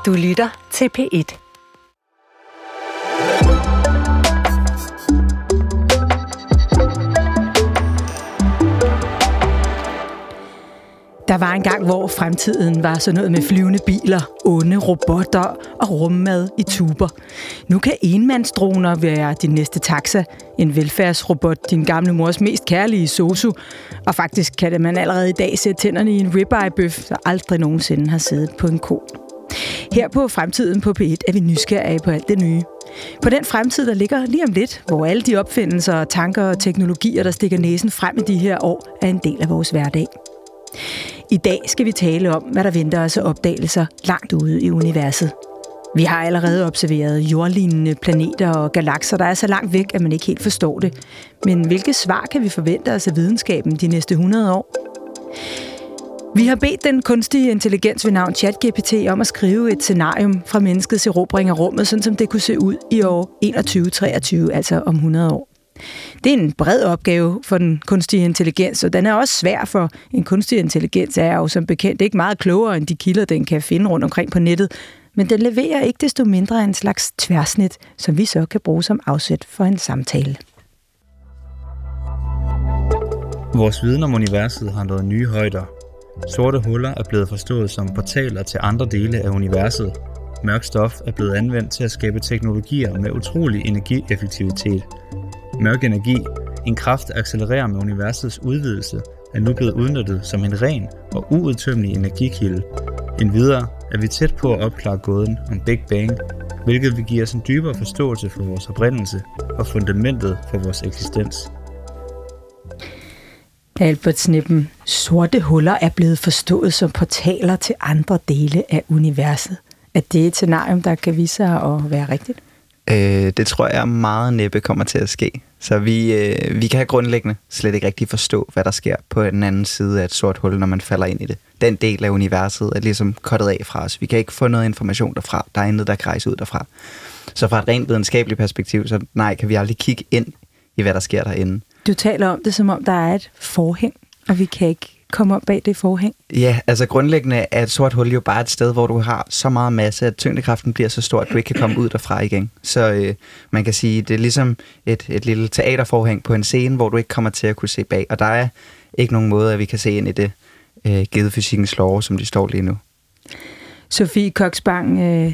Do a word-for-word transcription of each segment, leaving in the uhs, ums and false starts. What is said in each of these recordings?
Du lytter til P et. Der var en gang, hvor fremtiden var sådan noget med flyvende biler, onde robotter og rummad i tuber. Nu kan enmandsdroner være din næste taxa, en velfærdsrobot, din gamle mors mest kærlige sosu, og faktisk kan det man allerede i dag sætte tænderne i en ribeye-bøf, der aldrig nogensinde har siddet på en ko. Her på Fremtiden på P et er vi nysgerrige på alt det nye. På den fremtid, der ligger lige om lidt, hvor alle de opfindelser, tanker og teknologier, der stikker næsen frem i de her år, er en del af vores hverdag. I dag skal vi tale om, hvad der venter os af opdagelser langt ude i universet. Vi har allerede observeret jordlignende planeter og galakser, der er så langt væk, at man ikke helt forstår det. Men hvilke svar kan vi forvente os af videnskaben de næste hundrede år? Vi har bedt den kunstige intelligens ved navn ChatGPT om at skrive et scenarium fra menneskets erobring af rummet, sådan som det kunne se ud i år enogtyve treogtyve, altså om hundrede år. Det er en bred opgave for den kunstige intelligens, og den er også svær, for en kunstig intelligens er jo som bekendt ikke meget klogere end de kilder, den kan finde rundt omkring på nettet, men den leverer ikke desto mindre en slags tværsnit, som vi så kan bruge som afsæt for en samtale. Vores viden om universet har nået nye højder. Sorte huller er blevet forstået som portaler til andre dele af universet. Mørk stof er blevet anvendt til at skabe teknologier med utrolig energieffektivitet. Mørk energi, en kraft, der accelererer med universets udvidelse, er nu blevet udnyttet som en ren og uudtømmelig energikilde. Endvidere er vi tæt på at opklare gåden om Big Bang, hvilket vil give os en dybere forståelse for vores oprindelse og fundamentet for vores eksistens. Albert Snippen, sorte huller er blevet forstået som portaler til andre dele af universet. Er det et scenarium, der kan vise sig at være rigtigt? Øh, det tror jeg meget næppe kommer til at ske. Så vi, øh, vi kan grundlæggende slet ikke rigtig forstå, hvad der sker på den anden side af et sort hul, når man falder ind i det. Den del af universet er ligesom cuttet af fra os. Vi kan ikke få noget information derfra. Der er intet, der kan rejse ud derfra. Så fra et rent videnskabeligt perspektiv, så nej, kan vi aldrig kigge ind i, hvad der sker derinde. Du taler om det, som om der er et forhæng, og vi kan ikke komme op bag det forhæng. Ja, altså grundlæggende er et sort hul jo bare et sted, hvor du har så meget masse, at tyngdekraften bliver så stor, at du ikke kan komme ud derfra igen. Så øh, man kan sige, det er ligesom et, et lille teaterforhæng på en scene, hvor du ikke kommer til at kunne se bag. Og der er ikke nogen måde, at vi kan se ind i det, øh, givet fysikkens love, som de står lige nu. Sofie Koksbang, øh,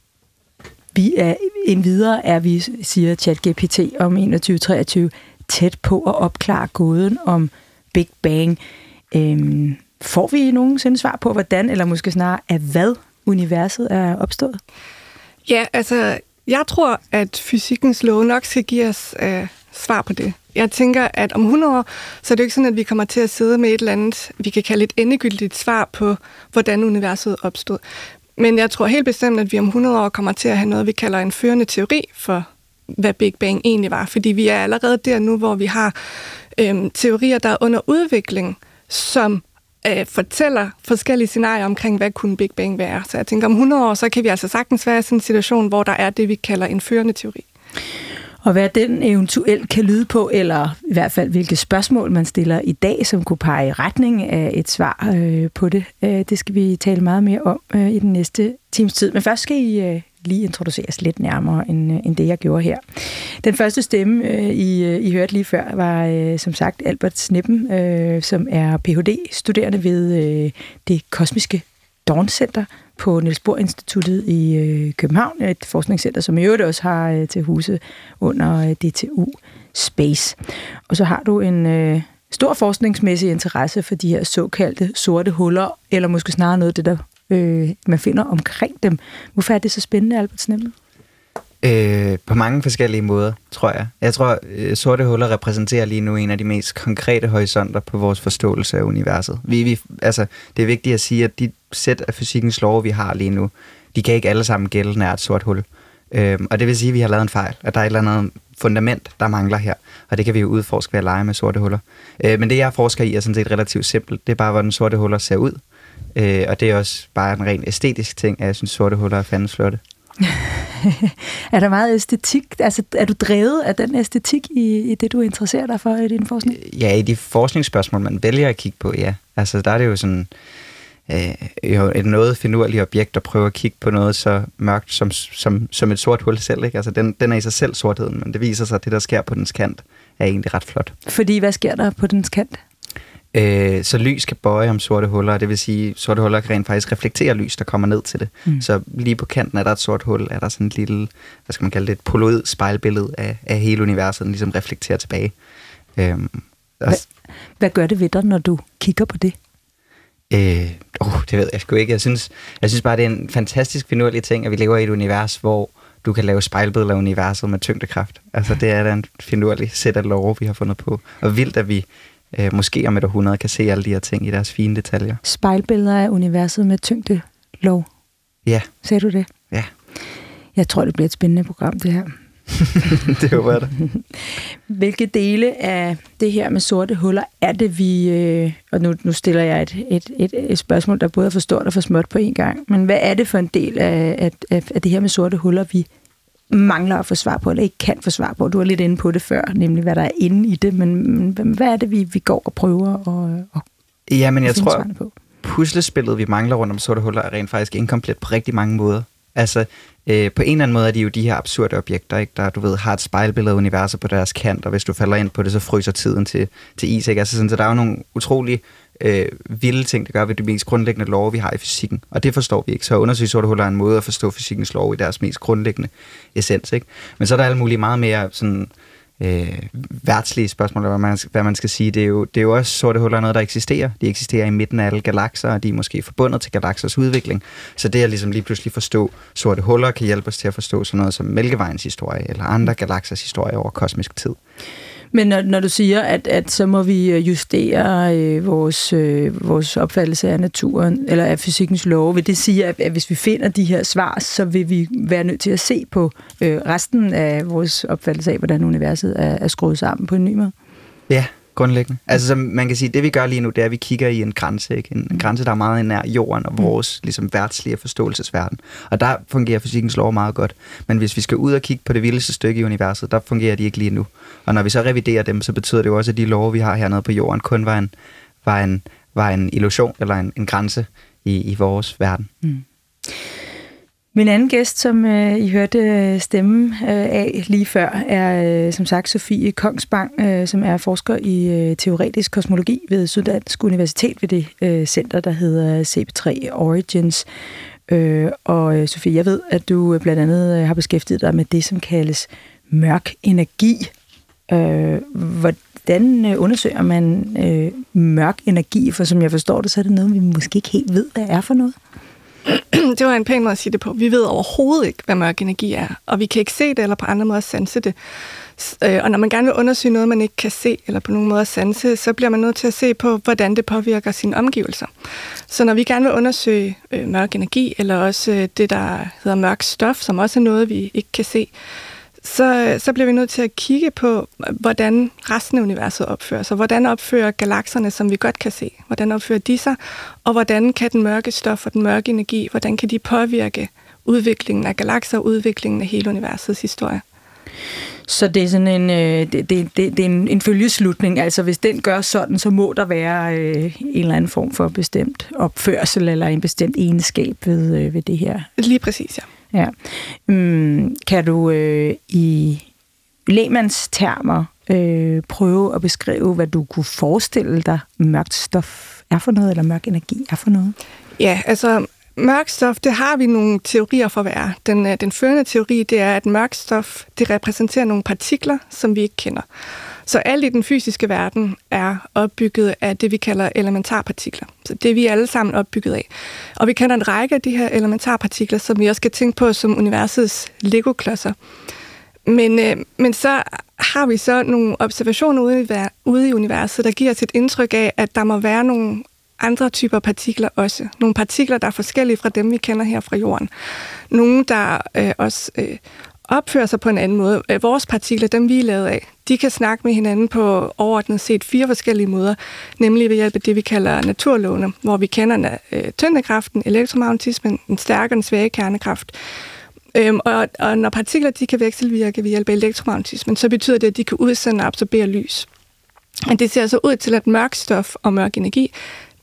vi er endvidere, er vi, siger ChatGPT om enogtyve treogtyve, tæt på at opklare gåden om Big Bang. Øhm, får vi nogensinde svar på, hvordan, eller måske snarere af hvad universet er opstået? Ja, altså, jeg tror, at fysikkens love nok skal give os øh, svar på det. Jeg tænker, at om hundrede år, så er det ikke sådan, at vi kommer til at sidde med et eller andet, vi kan kalde et endegyldigt svar på, hvordan universet opstod. Men jeg tror helt bestemt, at vi om hundrede år kommer til at have noget, vi kalder en førende teori for, hvad Big Bang egentlig var. Fordi vi er allerede der nu, hvor vi har øhm, teorier, der er under udvikling, som øh, fortæller forskellige scenarier omkring, hvad kunne Big Bang være. Så jeg tænker, om hundrede år, så kan vi altså sagtens være i sådan en situation, hvor der er det, vi kalder en førende teori. Og hvad den eventuelt kan lyde på, eller i hvert fald hvilke spørgsmål man stiller i dag, som kunne pege i retning af et svar øh, på det, øh, det skal vi tale meget mere om øh, i den næste times tid. Men først skal I øh, lige introduceres lidt nærmere, end, øh, end det jeg gjorde her. Den første stemme, øh, I, øh, I hørte lige før, var øh, som sagt Albert Snippen, øh, som er P H D-studerende ved øh, det kosmiske Dawn Center på Niels Bohr Instituttet i øh, København, et forskningscenter, som i øvrigt også har øh, til huse under øh, D T U Space. Og så har du en øh, stor forskningsmæssig interesse for de her såkaldte sorte huller, eller måske snarere noget af det, der øh, man finder omkring dem. Hvorfor er det så spændende, Albert Snippen? Øh, på mange forskellige måder, tror jeg. Jeg tror, øh, sorte huller repræsenterer lige nu en af de mest konkrete horisonter på vores forståelse af universet. Vi, vi, altså, det er vigtigt at sige, at de sæt af fysikkens love, vi har lige nu, de kan ikke alle sammen gælde nær et sort hul. Øh, og det vil sige, at vi har lavet en fejl, at der er et eller andet fundament, der mangler her. Og det kan vi jo udforske ved at lege med sorte huller. Øh, men det, jeg forsker i, er sådan set relativt simpelt. Det er bare, hvordan sorte huller ser ud. Øh, og det er også bare en ren æstetisk ting, at jeg synes, sorte huller er fandens flotte. Er der meget æstetik? Altså, er du drevet af den æstetik i, i det, du interesserer dig for i din forskning? Ja, i de forskningsspørgsmål, man vælger at kigge på, ja. Altså, der er det jo sådan... øh, jo et noget finurligt objekt og prøve at kigge på noget så mørkt som, som, som et sort hul selv. Ikke? Altså, den, den er i sig selv sortheden, men det viser sig, at det, der sker på dens kant, er egentlig ret flot. Fordi hvad sker der på dens kant? Øh, så lys kan bøje om sorte huller, og det vil sige, at sorte huller kan rent faktisk reflektere lys, der kommer ned til det. Mm. Så lige på kanten er der et sort hul, er der sådan et lille, hvad skal man kalde det, et poloid spejlbillede af, af hele universet, den ligesom reflekterer tilbage. Øhm, hvad, hvad gør det ved dig, når du kigger på det? Øh, oh, det ved jeg sgu ikke. Jeg synes, jeg synes bare, det er en fantastisk finurlig ting, at vi lever i et univers, hvor du kan lave spejlbilleder af universet med tyngdekraft. Altså, det er da en finurlig sæt af love, vi har fundet på. Og vildt, at vi øh, måske om et århundrede kan se alle de her ting i deres fine detaljer. Spejlbilleder af universet med tyngdelov? Ja. Sagde du det? Ja. Jeg tror, det bliver et spændende program, det her. Det håber jeg da. Hvilke dele af det her med sorte huller er det, vi... Øh, og nu, nu stiller jeg et, et, et, et spørgsmål, der både er for stort og for småt på en gang. Men hvad er det for en del af, af, af det her med sorte huller, vi mangler at få svar på, eller ikke kan få svar på? Du var lidt inde på det før, nemlig hvad der er inde i det. Men, men hvad er det, vi, vi går og prøver at, at ja, men jeg tror, på? Puslespillet, vi mangler rundt om sorte huller, er rent faktisk inkomplet på rigtig mange måder. Altså, øh, på en eller anden måde er de jo de her absurde objekter, ikke? Der, du ved, har et spejlbillede af universet på deres kant, og hvis du falder ind på det, så fryser tiden til, til is, ikke? Altså, sådan, så der er jo nogle utrolig øh, vilde ting, der gør ved de mest grundlæggende love, vi har i fysikken, og det forstår vi ikke. Så at undersøge sorte huller er en måde at forstå fysikkens lov i deres mest grundlæggende essens, ikke? Men så er der alle mulige meget mere sådan øh, værtslige spørgsmål, hvad man, hvad man skal sige. Det er, jo, det er jo også sorte huller noget, der eksisterer. De eksisterer i midten af alle galakser, og de er måske forbundet til galaksers udvikling. Så det at ligesom lige pludselig forstå sorte huller, kan hjælpe os til at forstå sådan noget som Mælkevejens historie, eller andre galaksers historie over kosmisk tid. Men når, når du siger, at, at så må vi justere øh, vores, øh, vores opfattelse af naturen, eller af fysikkens love, vil det sige, at, at hvis vi finder de her svar, så vil vi være nødt til at se på øh, resten af vores opfattelse af, hvordan universet er, er skruet sammen på en ny måde? Ja, grundlæggende. Altså, så man kan sige, det vi gør lige nu, det er, at vi kigger i en grænse, ikke? En, en grænse, der er meget nær jorden og vores ligesom værtslige forståelsesverden. Og der fungerer fysikkens lov meget godt. Men hvis vi skal ud og kigge på det vildeste stykke i universet, der fungerer de ikke lige nu. Og når vi så reviderer dem, så betyder det jo også, at de love, vi har hernede på jorden, kun var en, var en, var en illusion eller en, en grænse i, i vores verden. Mm. Min anden gæst, som øh, I hørte stemmen øh, af lige før, er øh, som sagt Sofie Kongsbang, øh, som er forsker i øh, teoretisk kosmologi ved Syddansk Universitet ved det øh, center, der hedder C P tre Origins. Øh, og øh, Sofie, jeg ved, at du blandt andet øh, har beskæftiget dig med det, som kaldes mørk energi. Øh, hvordan øh, undersøger man øh, mørk energi? For som jeg forstår det, så er det noget, vi måske ikke helt ved, hvad er for noget. Det var en pæn måde at sige det på. Vi ved overhovedet ikke, hvad mørk energi er, og vi kan ikke se det, eller på andre måder sanse det. Og når man gerne vil undersøge noget, man ikke kan se, eller på nogen måde sanse, så bliver man nødt til at se på, hvordan det påvirker sine omgivelser. Så når vi gerne vil undersøge øh, mørk energi, eller også øh, det, der hedder mørk stof, som også er noget, vi ikke kan se, så, så bliver vi nødt til at kigge på, hvordan resten af universet opfører sig. Hvordan opfører galakserne, som vi godt kan se? Hvordan opfører de sig? Og hvordan kan den mørke stof og den mørke energi, hvordan kan de påvirke udviklingen af galakser og udviklingen af hele universets historie? Så det er sådan en, øh, det, det, det, det er en, en følgeslutning. Altså hvis den gør sådan, så må der være øh, en eller anden form for bestemt opførsel eller en bestemt egenskab ved, øh, ved det her. Lige præcis, ja. Ja. Um, kan du øh, i lægmands termer øh, prøve at beskrive, hvad du kunne forestille dig mørkt stof er for noget, eller mørk energi er for noget? Ja, altså mørk stof, det har vi nogle teorier for hver. Den, den førende teori, det er, at mørk stof, det repræsenterer nogle partikler, som vi ikke kender. Så alt i den fysiske verden er opbygget af det, vi kalder elementarpartikler. Så det er vi alle sammen opbygget af. Og vi kender en række af de her elementarpartikler, som vi også skal tænke på som universets Lego-klodser. Men, øh, men så har vi så nogle observationer ude i, ude i universet, der giver os et indtryk af, at der må være nogle andre typer partikler også. Nogle partikler, der er forskellige fra dem, vi kender her fra jorden. Nogle, der øh, også øh, opfører sig på en anden måde. Vores partikler, dem vi er lavet af, de kan snakke med hinanden på overordnet set fire forskellige måder, nemlig ved hjælp af det, vi kalder naturlovene, hvor vi kender øh, tyngdekraften, elektromagnetismen, den stærke og den svage kernekraft. Øhm, og, og når partikler de kan vekselvirke ved hjælp af elektromagnetismen, så betyder det, at de kan udsende og absorbere lys. Men det ser altså ud til, at mørk stof og mørk energi,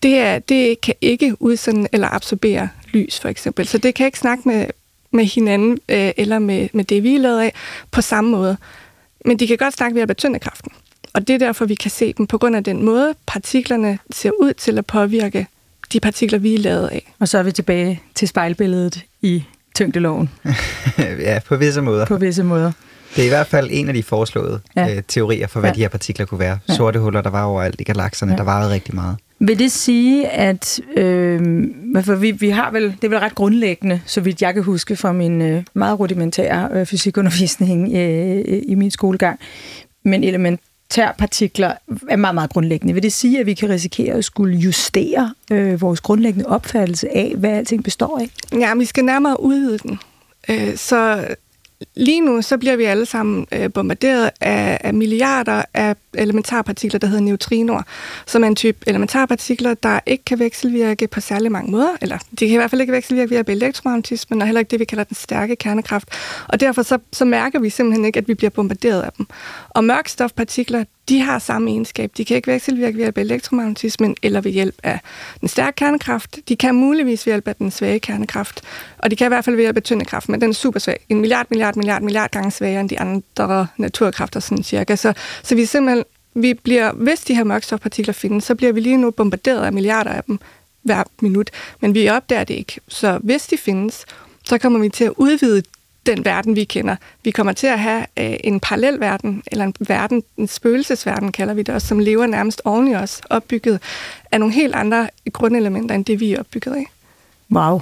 det, er, det kan ikke udsende eller absorbere lys, for eksempel. Så det kan ikke snakke med, med hinanden øh, eller med, med det, vi er lavet af, på samme måde. Men de kan godt snakke ved hjælp af tyngdekraften. Og det er derfor, vi kan se dem på grund af den måde, partiklerne ser ud til at påvirke de partikler, vi er lavet af. Og så er vi tilbage til spejlbilledet i tyngdeloven. Ja, på visse måder. På visse måder. Det er i hvert fald en af de foreslåede ja. øh, teorier for, hvad ja. de her partikler kunne være. Ja. Sorte huller, der var overalt i galakserne, ja. der varede rigtig meget. Vil det sige, at øh, for vi, vi har vel, det er vel ret grundlæggende, så vidt jeg kan huske fra min øh, meget rudimentære øh, fysikundervisning øh, i min skolegang, men elementærpartikler er meget, meget grundlæggende. Vil det sige, at vi kan risikere at skulle justere øh, vores grundlæggende opfattelse af, hvad alting består af? Ja, vi skal nærmere udvide den. Øh, så lige nu så bliver vi alle sammen øh, bombarderet af, af milliarder af elementarpartikler, der hedder neutrinoer, som er en type elementarpartikler, der ikke kan vekselvirke på særlig mange måder, eller de kan i hvert fald ikke vekselvirke via elektromagnetismen, og heller ikke det, vi kalder den stærke kernekraft. Og derfor så, så mærker vi simpelthen ikke, at vi bliver bombarderet af dem. Og mørkstofpartikler, de har samme egenskab. De kan ikke vekselvirke ved hjælp af elektromagnetismen eller ved hjælp af den stærke kernekraft. De kan muligvis ved hjælp af den svage kernekraft, og de kan i hvert fald ved hjælp af tyndekraft, men den er super svag. En milliard, milliard, milliard, milliard gange svagere end de andre naturkræfter, sådan cirka. Så, så vi simpelthen, vi bliver, hvis de her mørkstofpartikler findes, så bliver vi lige nu bombarderet af milliarder af dem hver minut, men vi opdager det ikke. Så hvis de findes, så kommer vi til at udvide den verden, vi kender. Vi kommer til at have øh, en parallel verden, eller en verden, en spøgelsesverden kalder vi det også, som lever nærmest oven i os, opbygget af nogle helt andre grundelementer, end det vi er opbygget af. Wow.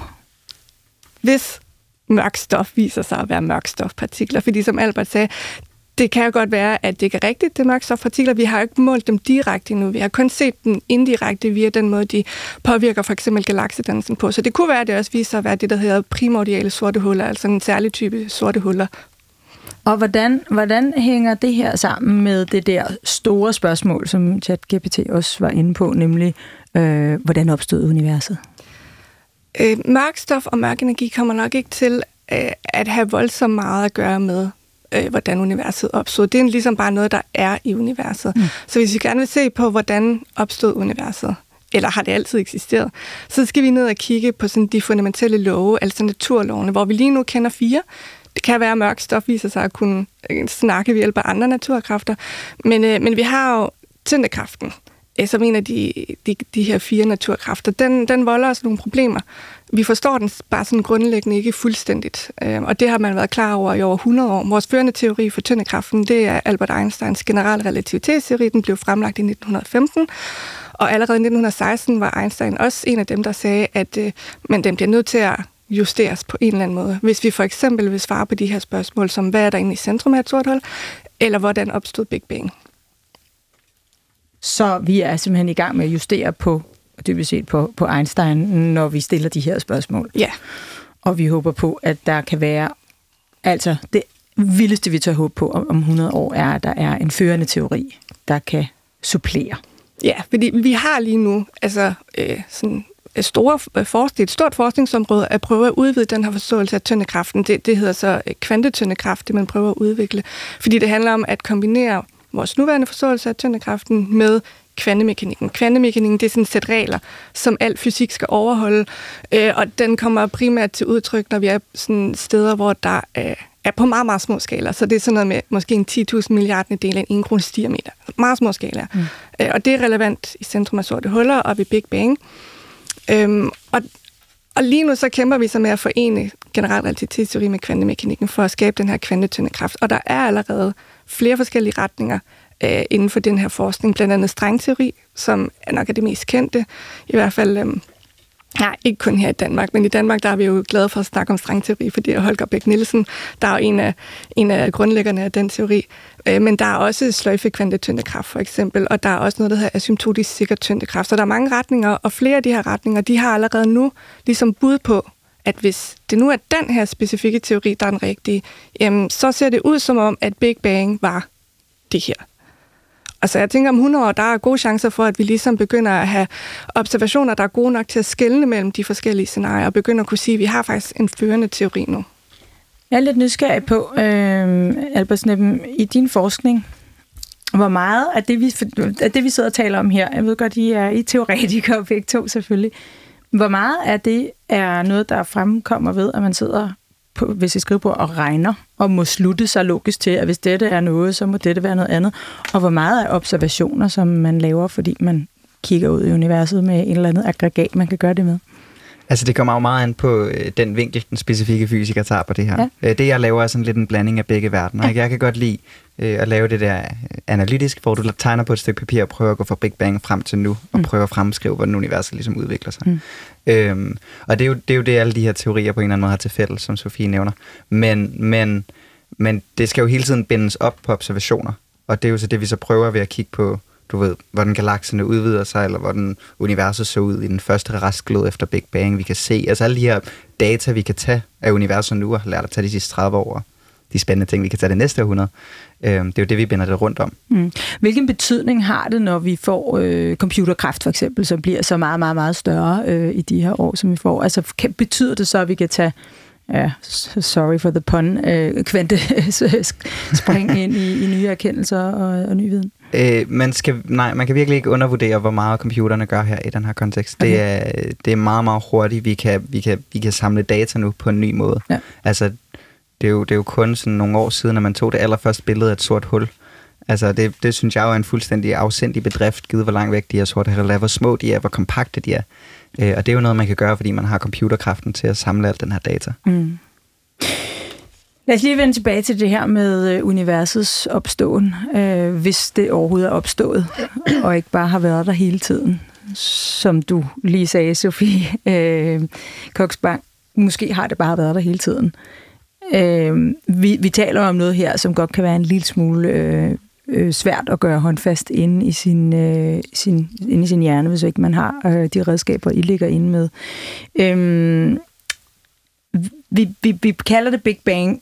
Hvis mørk stof viser sig at være mørkstofpartikler, fordi som Albert sagde, det kan jo godt være, at det ikke er rigtigt, det er mørkstofpartikler. Vi har jo ikke målt dem direkte endnu. Vi har kun set dem indirekte via den måde, de påvirker for eksempel galaksedannelsen på. Så det kunne være, at det også viser sig at være det, der hedder primordiale sorte huller, altså en særlig type sorte huller. Og hvordan, hvordan hænger det her sammen med det der store spørgsmål, som ChatGPT også var inde på, nemlig øh, hvordan opstod universet? Øh, mørkstof og mørk energi kommer nok ikke til øh, at have voldsomt meget at gøre med, øh, hvordan universet opstod. Det er ligesom bare noget, der er i universet. Mm. Så hvis vi gerne vil se på, hvordan opstod universet, eller har det altid eksisteret, så skal vi ned og kigge på sådan de fundamentale love, altså naturlovene, hvor vi lige nu kender fire. Det kan være, at mørk stof viser sig at kunne snakke ved hjælp af andre naturkræfter, men, øh, men vi har jo tyndekraften, øh, som en af de, de, de her fire naturkræfter. Den, den volder os nogle problemer. Vi forstår den bare sådan grundlæggende ikke fuldstændigt, øh, og det har man været klar over i over hundrede år. Vores førende teori for tyndekraften, det er Albert Einsteins generelle relativitetsteori. Den blev fremlagt i nitten femten, og allerede i nitten seksten var Einstein også en af dem, der sagde, at øh, men den bliver nødt til at justeres på en eller anden måde. Hvis vi for eksempel vil svare på de her spørgsmål, som hvad er der inde i centrum af et sort hul, eller hvordan opstod Big Bang. Så vi er simpelthen i gang med at justere på, dybest set på, på Einstein, når vi stiller de her spørgsmål. Ja. Og vi håber på, at der kan være, altså det vildeste, vi tør håbe på om hundrede år, er, at der er en førende teori, der kan supplere. Ja, fordi vi har lige nu, altså øh, sådan store forskning, et stort forskningsområde at prøve at udvide den her forståelse af tyndekraften. Det, det hedder så kvantetyndekraft, det man prøver at udvikle. Fordi det handler om at kombinere vores nuværende forståelse af tyndekraften med kvantemekanikken. Kvantemekanikken, det er sådan et sæt regler, som al fysik skal overholde, øh, og den kommer primært til udtryk, når vi er sådan steder, hvor der øh, er på meget, meget små skalaer. Så det er sådan noget med måske en ti tusind milliarder del af en en krones diameter. Meget små skalaer. Mm. Øh, og det er relevant i centrum af sorte huller og ved Big Bang. Øhm, og, og lige nu så kæmper vi så med at forene generel relativitetsteori med kvantemekanikken for at skabe den her kvantetyndekraft. Og der er allerede flere forskellige retninger øh, inden for den her forskning, blandt andet stringteori, som er nok er det mest kendte, i hvert fald øhm, nej, ikke kun her i Danmark, men i Danmark der er vi jo glade for at snakke om stringteori, fordi det er Holger Bech Nielsen, der er jo en af, en af grundlæggerne af den teori. Men der er også sløjfekvantetyndekraft for eksempel, og der er også noget, der hedder asymptotisk sikker tyndekraft. Så der er mange retninger, og flere af de her retninger, de har allerede nu ligesom bud på, at hvis det nu er den her specifikke teori, der er den rigtige, jamen, så ser det ud som om, at Big Bang var det her. Altså jeg tænker om hundrede år, der er gode chancer for, at vi ligesom begynder at have observationer, der er gode nok til at skelne mellem de forskellige scenarier, og begynder at kunne sige, at vi har faktisk en førende teori nu. Jeg er lidt nysgerrig på, øh, Albert Sneppen, i din forskning, hvor meget af det, vi, af det, vi sidder og taler om her, jeg ved godt, I er I teoretikere begge to selvfølgelig, hvor meget af det er noget, der fremkommer ved, at man sidder på, ved sit skrivebord og regner, og må slutte sig logisk til, at hvis dette er noget, så må dette være noget andet, og hvor meget af observationer, som man laver, fordi man kigger ud i universet med en eller andet aggregat, man kan gøre det med? Altså, det kommer jo meget an på øh, den vinkel, den specifikke fysiker tager på det her. Ja. Øh, det, jeg laver, er sådan lidt en blanding af begge verdener. Ja. Jeg kan godt lide øh, at lave det der analytisk, hvor du tegner på et stykke papir og prøver at gå fra Big Bang frem til nu, og mm. prøver at fremskrive, hvordan universet ligesom udvikler sig. Mm. Øhm, og det er, jo, det er jo det, alle de her teorier på en eller anden måde har til fælles, som Sofie nævner. Men, men, men det skal jo hele tiden bindes op på observationer, og det er jo så det, vi så prøver ved at kigge på, du ved, hvordan galakserne udvider sig, eller hvordan universet så ud i den første restglød efter Big Bang, vi kan se. Altså alle de her data, vi kan tage af universet nu, og har lært at tage de sidste tredive år, de spændende ting, vi kan tage det næste århundrede. Øhm, det er jo det, vi binder det rundt om. Mm. Hvilken betydning har det, når vi får øh, computerkraft for eksempel, som bliver så meget, meget, meget større øh, i de her år, som vi får? Altså kan, betyder det så, at vi kan tage, ja, sorry for the pun, øh, kvantespring ind i, i nye erkendelser og, og ny viden? Øh, man skal, nej, man kan virkelig ikke undervurdere, hvor meget computerne gør her i den her kontekst. Okay. Det, er, det er meget, meget hurtigt. Vi kan, vi, kan, vi kan samle data nu på en ny måde. Ja. Altså, det er, jo, det er jo kun sådan nogle år siden, at man tog det allerførste billede af et sort hul. Altså, det, det synes jeg jo er en fuldstændig afsindig bedrift, givet hvor langt væk de her sorte huller er, hvor små de er, hvor kompakte de er. Øh, og det er jo noget, man kan gøre, fordi man har computerkraften til at samle alt den her data. Mm. Lad os lige vende tilbage til det her med universets opståen, øh, hvis det overhovedet er opstået, og ikke bare har været der hele tiden. Som du lige sagde, Sofie øh, Koksbang, måske har det bare været der hele tiden. Øh, vi, vi taler om noget her, som godt kan være en lille smule øh, øh, svært at gøre håndfast inde i sin, øh, sin, inde i sin hjerne, hvis ikke man har øh, de redskaber, I ligger inde med. Øh, vi, vi, vi kalder det Big Bang,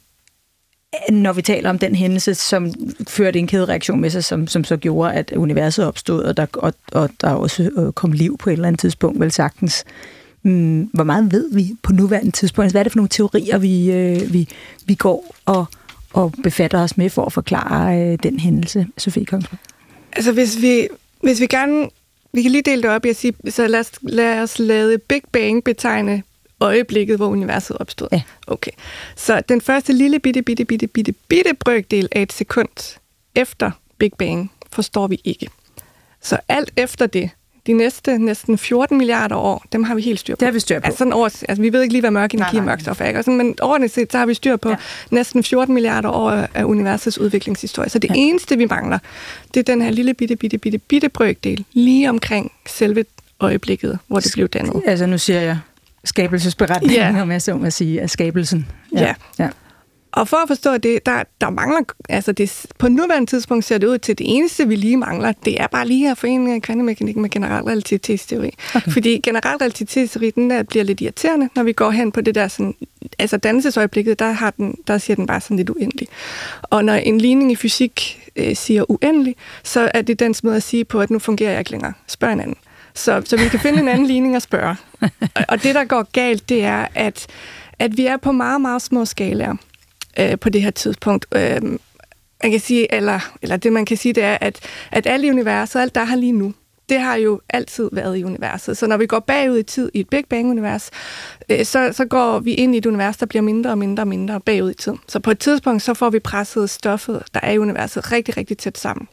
når vi taler om den hændelse, som førte en kædereaktion med sig, som, som så gjorde, at universet opstod, og der, og, og der også kom liv på et eller andet tidspunkt, vel sagtens. Mm, hvor meget ved vi på nuværende tidspunkt? Hvad er det for nogle teorier, vi, øh, vi, vi går og, og befatter os med for at forklare øh, den hændelse, Sofie Kongsberg? Altså, hvis vi, hvis vi gerne... Vi kan lige dele det op i at sige, så lad os, lad os lade Big Bang betegne øjeblikket, hvor universet opstod. Ja. Okay. Så den første lille bitte, bitte, bitte, bitte, bitte brøkdel af et sekund efter Big Bang forstår vi ikke. Så alt efter det, de næste næsten fjorten milliarder år, dem har vi helt styr på. Det har vi styr på. Altså, sådan over, altså vi ved ikke lige, hvad mørk energi og mørk stof er, sådan, men overordnet set, så har vi styr på ja. næsten fjorten milliarder år af universets udviklingshistorie. Så det ja. eneste, vi mangler, det er den her lille bitte, bitte, bitte, bitte brøkdel, lige omkring selve øjeblikket, hvor det blev dannet. Altså nu siger jeg skabelsesberetningen, ja. om jeg så må sige, af skabelsen. Ja. ja. ja. Og for at forstå det, der, der mangler, altså det, på nuværende tidspunkt ser det ud til, det eneste, vi lige mangler, det er bare lige her foreningen af kvantemekanik med generel relativitetsteori. Okay. Fordi generel relativitetsteori, den der bliver lidt irriterende, når vi går hen på det der sådan, altså dannelsesøjeblikket, der, har den, der siger den bare sådan lidt uendelig. Og når en ligning i fysik øh, siger uendelig, så er det dens måde at sige på, at nu fungerer jeg ikke længere. Spørg en anden. Så, så vi kan finde en anden ligning og spørge. Og, og det, der går galt, det er, at, at vi er på meget, meget små skalaer øh, på det her tidspunkt. Øh, man kan sige, eller, eller det, man kan sige, det er, at, at alt i universet, alt der har lige nu, det har jo altid været i universet. Så når vi går bagud i tid i et Big Bang-univers, øh, så, så går vi ind i et univers, der bliver mindre og mindre og mindre bagud i tid. Så på et tidspunkt, så får vi presset stoffet, der er i universet, rigtig, rigtig tæt sammen.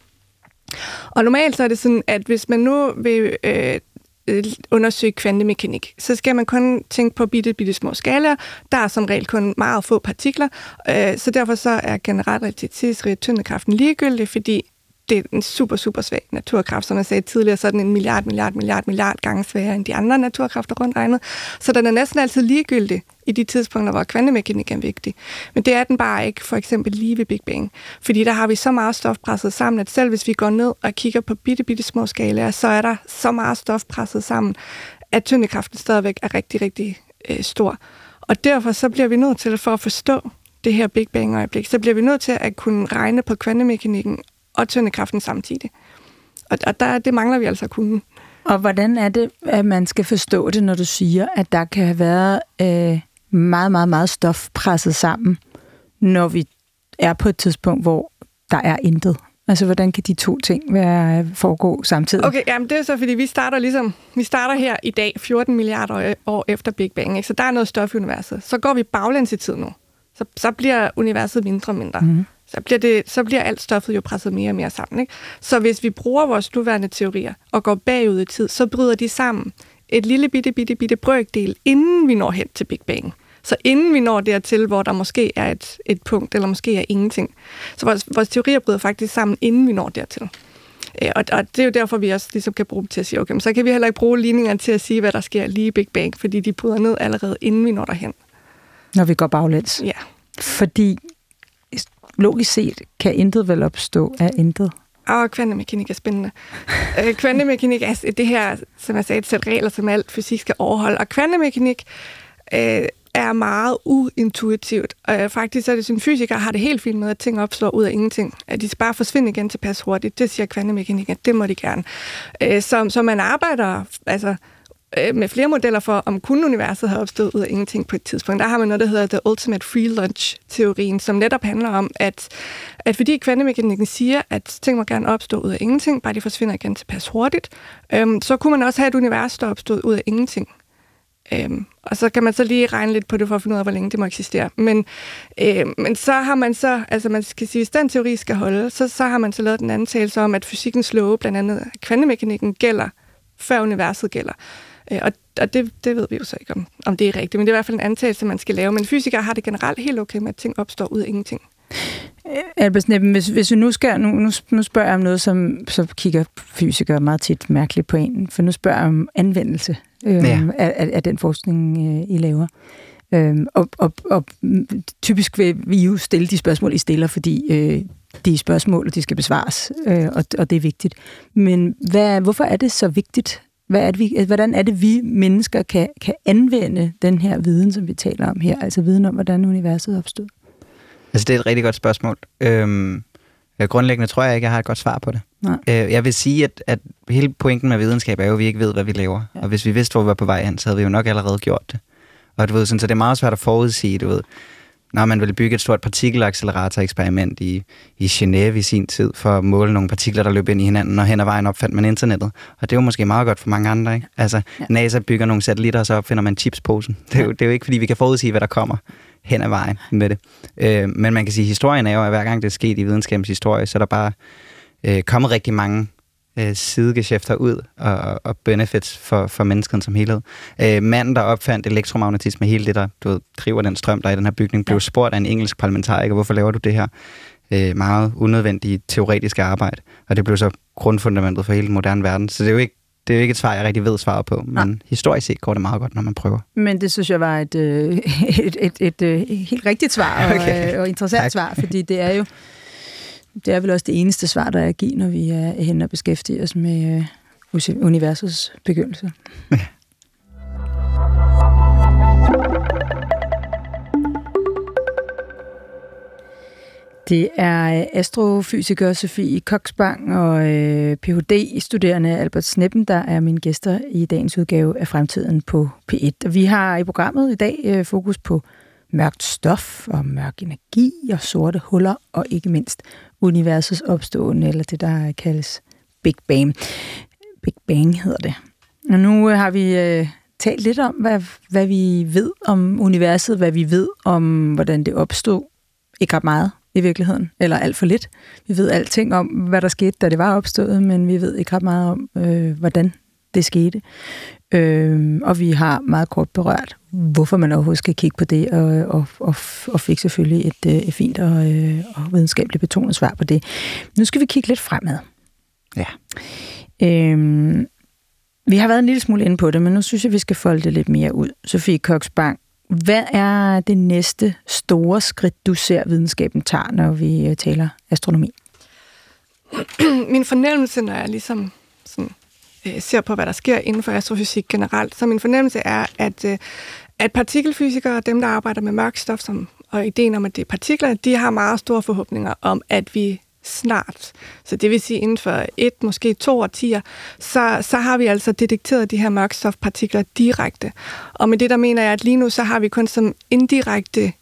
Og normalt så er det sådan, at hvis man nu vil øh, undersøge kvantemekanik, så skal man kun tænke på bitte, bitte små skalaer. Der er som regel kun meget få partikler, øh, så derfor så er generel relativitetsteori tyngdekraften ligegyldig, fordi det er en super, super svag naturkraft. Som jeg sagde tidligere, så er den en milliard, milliard, milliard, milliard gange sværere end de andre naturkræfter rundt regnet. Så den er næsten altid ligegyldig i de tidspunkter, hvor kvantemekanik er vigtig. Men det er den bare ikke, for eksempel lige ved Big Bang. Fordi der har vi så meget stof presset sammen, at selv hvis vi går ned og kigger på bitte, bitte små skalaer, så er der så meget stof presset sammen, at tyngdekraften stadigvæk er rigtig, rigtig øh, stor. Og derfor så bliver vi nødt til, for at forstå det her Big Bang-øjeblik, så bliver vi nødt til at kunne regne på kvantemekanikken og tyngdekraften samtidig. Og, og der, det mangler vi altså at kunne. Og hvordan er det, at man skal forstå det, når du siger, at der kan have været øh, meget, meget, meget stof presset sammen, når vi er på et tidspunkt, hvor der er intet? Altså, hvordan kan de to ting være, foregå samtidig? Okay, jamen det er så, fordi vi starter ligesom, vi starter her i dag, fjorten milliarder år efter Big Bang, ikke? Så der er noget stof i universet. Så går vi baglæns i tid nu. Så, så bliver universet mindre og mindre. Mm. Så, bliver det, så bliver alt stoffet jo presset mere og mere sammen, ikke? Så hvis vi bruger vores nuværende teorier og går bagud i tid, så bryder de sammen et lille bitte, bitte, bitte brøkdel, inden vi når hen til Big Bang. Så inden vi når dertil, hvor der måske er et, et punkt, eller måske er ingenting. Så vores, vores teorier bryder faktisk sammen, inden vi når dertil. Og, og det er jo derfor, vi også ligesom kan bruge dem til at sige, okay, men så kan vi heller ikke bruge ligningerne til at sige, hvad der sker lige i Big Bang, fordi de bryder ned allerede, inden vi når derhen. Når vi går baglæns? Ja. Fordi logisk set kan intet vel opstå af intet? Og kvantemekanik er spændende. øh, kvantemekanik er det her, som jeg sagde, et sæt regler, som alt fysik skal overholde. Og kvantemekanik øh, er meget uintuitivt. Og faktisk er det sådan, fysikere har det helt fint med, at ting opstår ud af ingenting. At de skal bare forsvinde igen tilpas hurtigt. Det siger kvantemekanik, at det må de gerne. Øh, så, så man arbejder altså, øh, med flere modeller for, om kun universet har opstået ud af ingenting på et tidspunkt. Der har man noget, der hedder The Ultimate Free Lunch-teorien, som netop handler om, at, at fordi kvantemekanikken siger, at ting må gerne opstå ud af ingenting, bare de forsvinder igen tilpas hurtigt, øh, så kunne man også have et univers, der opstod ud af ingenting. Øhm, og så kan man så lige regne lidt på det for at finde ud af, hvor længe det må eksistere. Men, øhm, men så har man så, altså man skal sige, hvis den teori skal holde, så, så har man så lavet den antagelse om, at fysikkens love, blandt andet kvantemekanikken, gælder, før universet gælder. Øh, og og det, det ved vi jo så ikke, om, om det er rigtigt, men det er i hvert fald en antagelse, man skal lave. Men fysikere har det generelt helt okay med, at ting opstår ud af ingenting. Albert Sneppen, hvis, hvis vi nu skal, nu, nu, nu spørger jeg om noget, som så kigger fysikere meget tit mærkeligt på en, for nu spørger jeg om anvendelse øh, ja. af, af den forskning, øh, I laver. Øhm, og, og, og typisk vil vi jo stille de spørgsmål, I stiller, fordi øh, de spørgsmål, de skal besvares, øh, og, og det er vigtigt. Men hvad, hvorfor er det så vigtigt? Hvad er det, vi, hvordan er det, vi mennesker kan, kan anvende den her viden, som vi taler om her, altså viden om, hvordan universet opstod? Altså, det er et rigtig godt spørgsmål. Øhm, grundlæggende tror jeg ikke, jeg har et godt svar på det. Nej. Øh, jeg vil sige, at, at hele pointen med videnskab er jo, at vi ikke ved, hvad vi laver. Ja. Og hvis vi vidste, hvor vi var på vej hen, så havde vi jo nok allerede gjort det. Og du ved, sådan, så det er meget svært at forudsige, du ved, når man ville bygge et stort partikelaccelerator-eksperiment i, i Genève i sin tid, for at måle nogle partikler, der løb ind i hinanden, og hen ad vejen opfandt man internettet. Og det er jo måske meget godt for mange andre, ikke? Altså, ja. NASA bygger nogle satellitter, og så opfinder man chipsposen. Det er, jo, det er jo ikke, fordi vi kan forudsige, hvad der kommer hen ad vejen med det. Øh, men man kan sige, at historien er jo, at hver gang det er sket i videnskabens historie, så er der bare øh, kommet rigtig mange øh, sidegeschæfter ud og, og benefits for, for mennesket som helhed. Øh, manden, der opfandt elektromagnetisme, hele det, der du ved, driver den strøm, der er i den her bygning, blev spurgt af en engelsk parlamentariker, hvorfor laver du det her øh, meget unødvendige teoretiske arbejde? Og det blev så grundfundamentet for hele den moderne verden. Så det er jo ikke Det er jo ikke et svar, jeg rigtig ved svaret på, men ja. Historisk set går det meget godt, når man prøver. Men det synes jeg var et, et, et, et, et, et helt rigtigt svar, og, okay. og interessant tak. Svar, fordi det er jo det er vel også det eneste svar, der er at give, når vi er henne og beskæftiger os med uh, universets begyndelse. Ja. Det er astrofysiker Sofie Koksbang og øh, P H D-studerende Albert Sneppen, der er mine gæster i dagens udgave af Fremtiden på P et. Vi har i programmet i dag øh, fokus på mørkt stof og mørk energi og sorte huller og ikke mindst universets opståen, eller det, der kaldes Big Bang. Big Bang hedder det. Og nu har vi øh, talt lidt om, hvad, hvad vi ved om universet, hvad vi ved om, hvordan det opstod. Ikke ret meget i virkeligheden, eller alt for lidt. Vi ved alting om, hvad der skete, da det var opstået, men vi ved ikke ret meget om, øh, hvordan det skete. Øh, og vi har meget kort berørt, hvorfor man overhovedet skal kigge på det, og, og, og, og fik selvfølgelig et, et fint og, øh, og videnskabeligt betonet svar på det. Nu skal vi kigge lidt fremad. Ja. Øh, vi har været en lille smule inde på det, men nu synes jeg, vi skal folde det lidt mere ud. Sofie Koksbang, hvad er det næste store skridt, du ser videnskaben tager, når vi taler astronomi? Min fornemmelse, når jeg ligesom sådan, øh, ser på, hvad der sker inden for astrofysik generelt, så min fornemmelse er, at, øh, at partikelfysikere, dem der arbejder med mørk stof, som, og ideen om, at det er partikler, de har meget store forhåbninger om, at vi snart, så det vil sige inden for et, måske to årtier, så, så har vi altså detekteret de her mørkstofpartikler direkte. Og med det, der mener jeg, at lige nu, så har vi kun som indirekte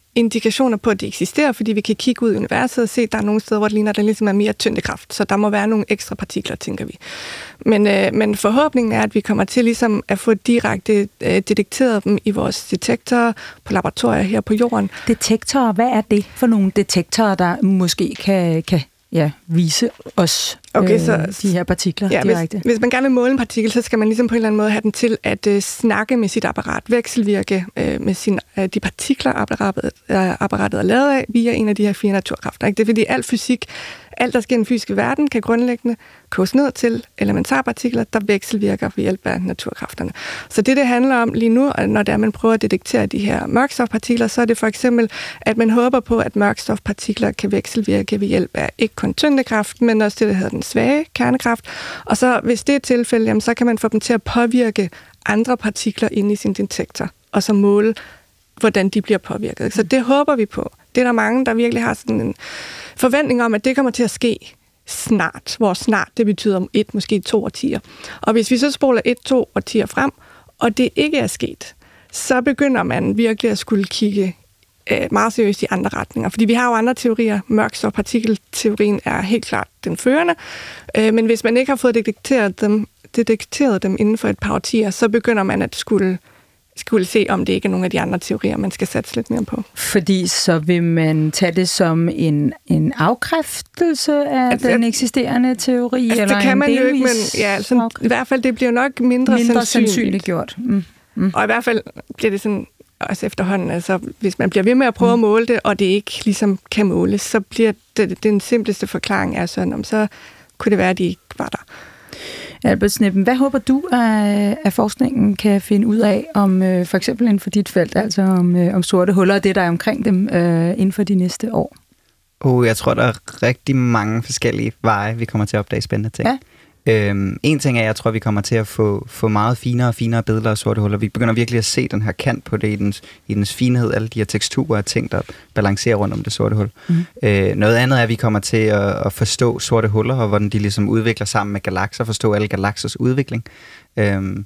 indikationer på, at det eksisterer, fordi vi kan kigge ud i universet og se, at der er nogle steder, hvor det ligner, at der ligesom er mere tyngdekraft. Så der må være nogle ekstra partikler, tænker vi. Men, øh, men forhåbningen er, at vi kommer til ligesom at få direkte øh, detekteret dem i vores detektorer på laboratorier her på jorden. Detektorer, hvad er det for nogle detektorer, der måske kan, kan ja, vise os okay, øh, så, de her partikler ja, direkte? Hvis, hvis man gerne vil måle en partikel, så skal man ligesom på en eller anden måde have den til at øh, snakke med sit apparat, vekselvirke øh, med sin, øh, de partikler, apparatet, øh, apparatet er lavet af, via en af de her fire naturkræfter. Ikke? Det er fordi al fysik, alt der sker i den fysiske verden, kan grundlæggende koges ned til elementarpartikler, der vekselvirker ved hjælp af naturkræfterne. Så det, det handler om lige nu, når det er, man prøver at detektere de her mørkstofpartikler, så er det for eksempel, at man håber på, at mørkstofpartikler kan vekselvirke ved hjælp af ikke kun tyngdekraft, men også det, der hedder den svage kernekraft. Og så, hvis det er tilfældet, jamen, så kan man få dem til at påvirke andre partikler inde i sin detektor, og så måle, hvordan de bliver påvirket. Så det håber vi på. Det er der mange, der virkelig har sådan en forventning om, at det kommer til at ske snart. Hvor snart, det betyder om et, måske to årtier. Og hvis vi så spoler et, to årtier frem, og det ikke er sket, så begynder man virkelig at skulle kigge øh, meget seriøst i andre retninger. Fordi vi har jo andre teorier. Mørkstofpartikelteorien er helt klart den førende. Øh, men hvis man ikke har fået detekteret dem, detekteret dem inden for et par årtier, så begynder man at skulle skulle se, om det ikke er nogle af de andre teorier, man skal satse lidt mere på. Fordi så vil man tage det som en, en afkræftelse af altså, den eksisterende teori? Altså, eller det kan en man jo ikke, men ja, altså, i hvert fald, det bliver nok mindre, mindre sandsynligt. sandsynligt gjort. Mm. Mm. Og i hvert fald bliver det sådan, også efterhånden, altså hvis man bliver ved med at prøve mm. at måle det, og det ikke ligesom kan måles, så bliver det, den simpleste forklaring er sådan, om så kunne det være, at de ikke var der. Albert Sneppen, hvad håber du, at forskningen kan finde ud af om øh, for eksempel inden for dit felt, altså om, øh, om sorte huller og det, der er omkring dem øh, inden for de næste år? Oh, jeg tror, der er rigtig mange forskellige veje, vi kommer til at opdage spændende ting. Ja. Øhm, en ting er, at jeg tror, vi kommer til at få, få meget finere og finere billeder af sorte huller. Vi begynder virkelig at se den her kant på det i dens, i dens finhed, alle de her teksturer og ting, der balancerer rundt om det sorte hul. Mm. Øh, noget andet er, at vi kommer til at, at forstå sorte huller, og hvordan de ligesom udvikler sammen med galakser, forstå alle galaksers udvikling. Øhm,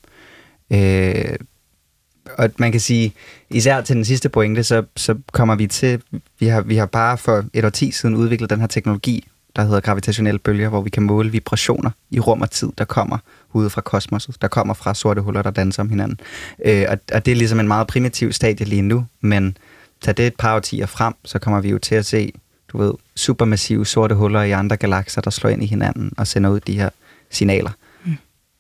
øh, og man kan sige, især til den sidste pointe, så, så kommer vi til, vi har, vi har bare for et årti siden udviklet den her teknologi, der hedder gravitationelle bølger, hvor vi kan måle vibrationer i rum og tid, der kommer ude fra kosmoset, der kommer fra sorte huller, der danser om hinanden. Øh, og, og det er ligesom en meget primitiv stadie lige nu, men tag det et par årtier frem, så kommer vi jo til at se, du ved, supermassive sorte huller i andre galakser, der slår ind i hinanden og sender ud de her signaler. Mm.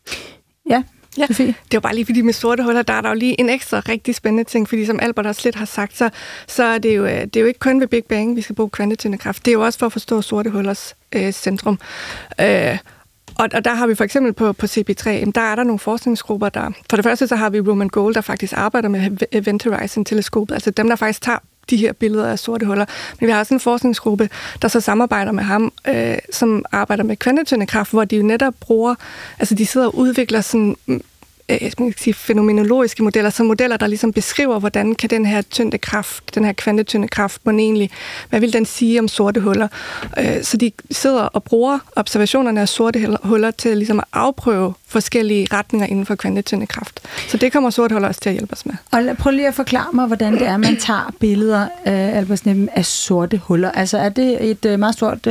Ja, Ja, det var bare lige fordi med sorte huller, der er der jo lige en ekstra rigtig spændende ting, fordi som Albert også lidt har sagt, så, så er det, jo, det er jo ikke kun ved Big Bang, vi skal bruge kvantetyngdekraft. Det er jo også for at forstå sorte hullers øh, centrum. Øh, og, og der har vi for eksempel på, på C P tre, der er der nogle forskningsgrupper, der... For det første så har vi Roman Gold, der faktisk arbejder med Event Horizon-teleskopet, altså dem, der faktisk tager de her billeder af sorte huller. Men vi har også en forskningsgruppe, der så samarbejder med ham, øh, som arbejder med kvantetyngdekraft, hvor de jo netop bruger, altså de sidder og udvikler sådan, øh, jeg skal sige, fænomenologiske modeller, så modeller, der ligesom beskriver, hvordan kan den her tyngdekraft, den her kvantetyngdekraft, man egentlig, hvad vil den sige om sorte huller? Øh, så de sidder og bruger observationerne af sorte huller til ligesom at afprøve forskellige retninger inden for kvantetyngdekraft. Så det kommer sorte huller også til at hjælpe os med. Og prøv lige at forklare mig, hvordan det er, man tager billeder af, Albert Sneppen, af sorte huller. Altså er det et øh, meget stort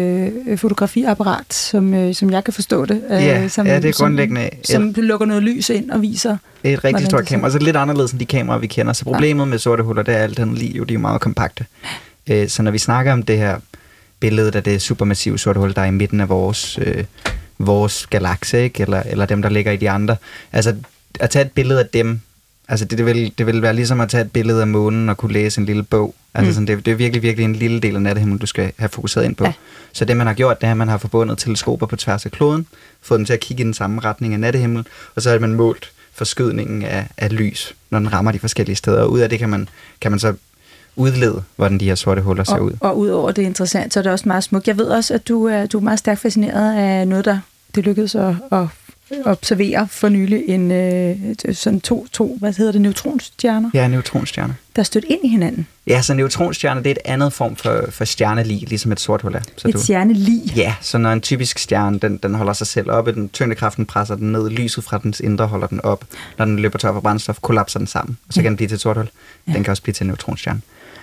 øh, fotografiapparat, som, øh, som jeg kan forstå det? Øh, ja, som, ja, det er grundlæggende. Som, som lukker noget lys ind og viser... Et rigtig stort kamera. Altså lidt anderledes end de kameraer, vi kender. Så problemet ja. med sorte huller, det er alt andet lige, jo, de er meget kompakte. Øh, så når vi snakker om det her billede, der det er supermassive sorte huller, der er i midten af vores... Øh, vores galakse, ikke? Eller, eller dem, der ligger i de andre. Altså, at tage et billede af dem, altså det, det, vil, det vil være ligesom at tage et billede af månen og kunne læse en lille bog. Altså, mm. sådan, det, det er virkelig, virkelig en lille del af nattehimlen, du skal have fokuseret ind på. Ja. Så det, man har gjort, det er, at man har forbundet teleskoper på tværs af kloden, fået dem til at kigge i den samme retning af nattehimlen, og så har man målt forskydningen af, af lys, når den rammer de forskellige steder. Og ud af det kan man, kan man så udlede, hvordan de her sorte huller ser og, ud. Og udover det er interessant, så er det også meget smukt. Jeg ved også, at du er, du er meget stærkt fascineret af noget, der det lykkedes at, at observere for nylig en øh, sådan to, to, hvad hedder det, neutronstjerner? Ja, neutronstjerner. Der er stødt ind i hinanden. Ja, så neutronstjerner, det er et andet form for, for stjernelig, ligesom et sort hul er. Så et du, stjernelig? Ja, så når en typisk stjerne, den, den holder sig selv oppe, den tyngdekraften presser den ned, lyset fra dens indre holder den op. Når den løber tør for brændstof, kollapser den sammen, og så ja. kan den blive til et sort hul. Den ja. kan også blive til en neutronstjerne.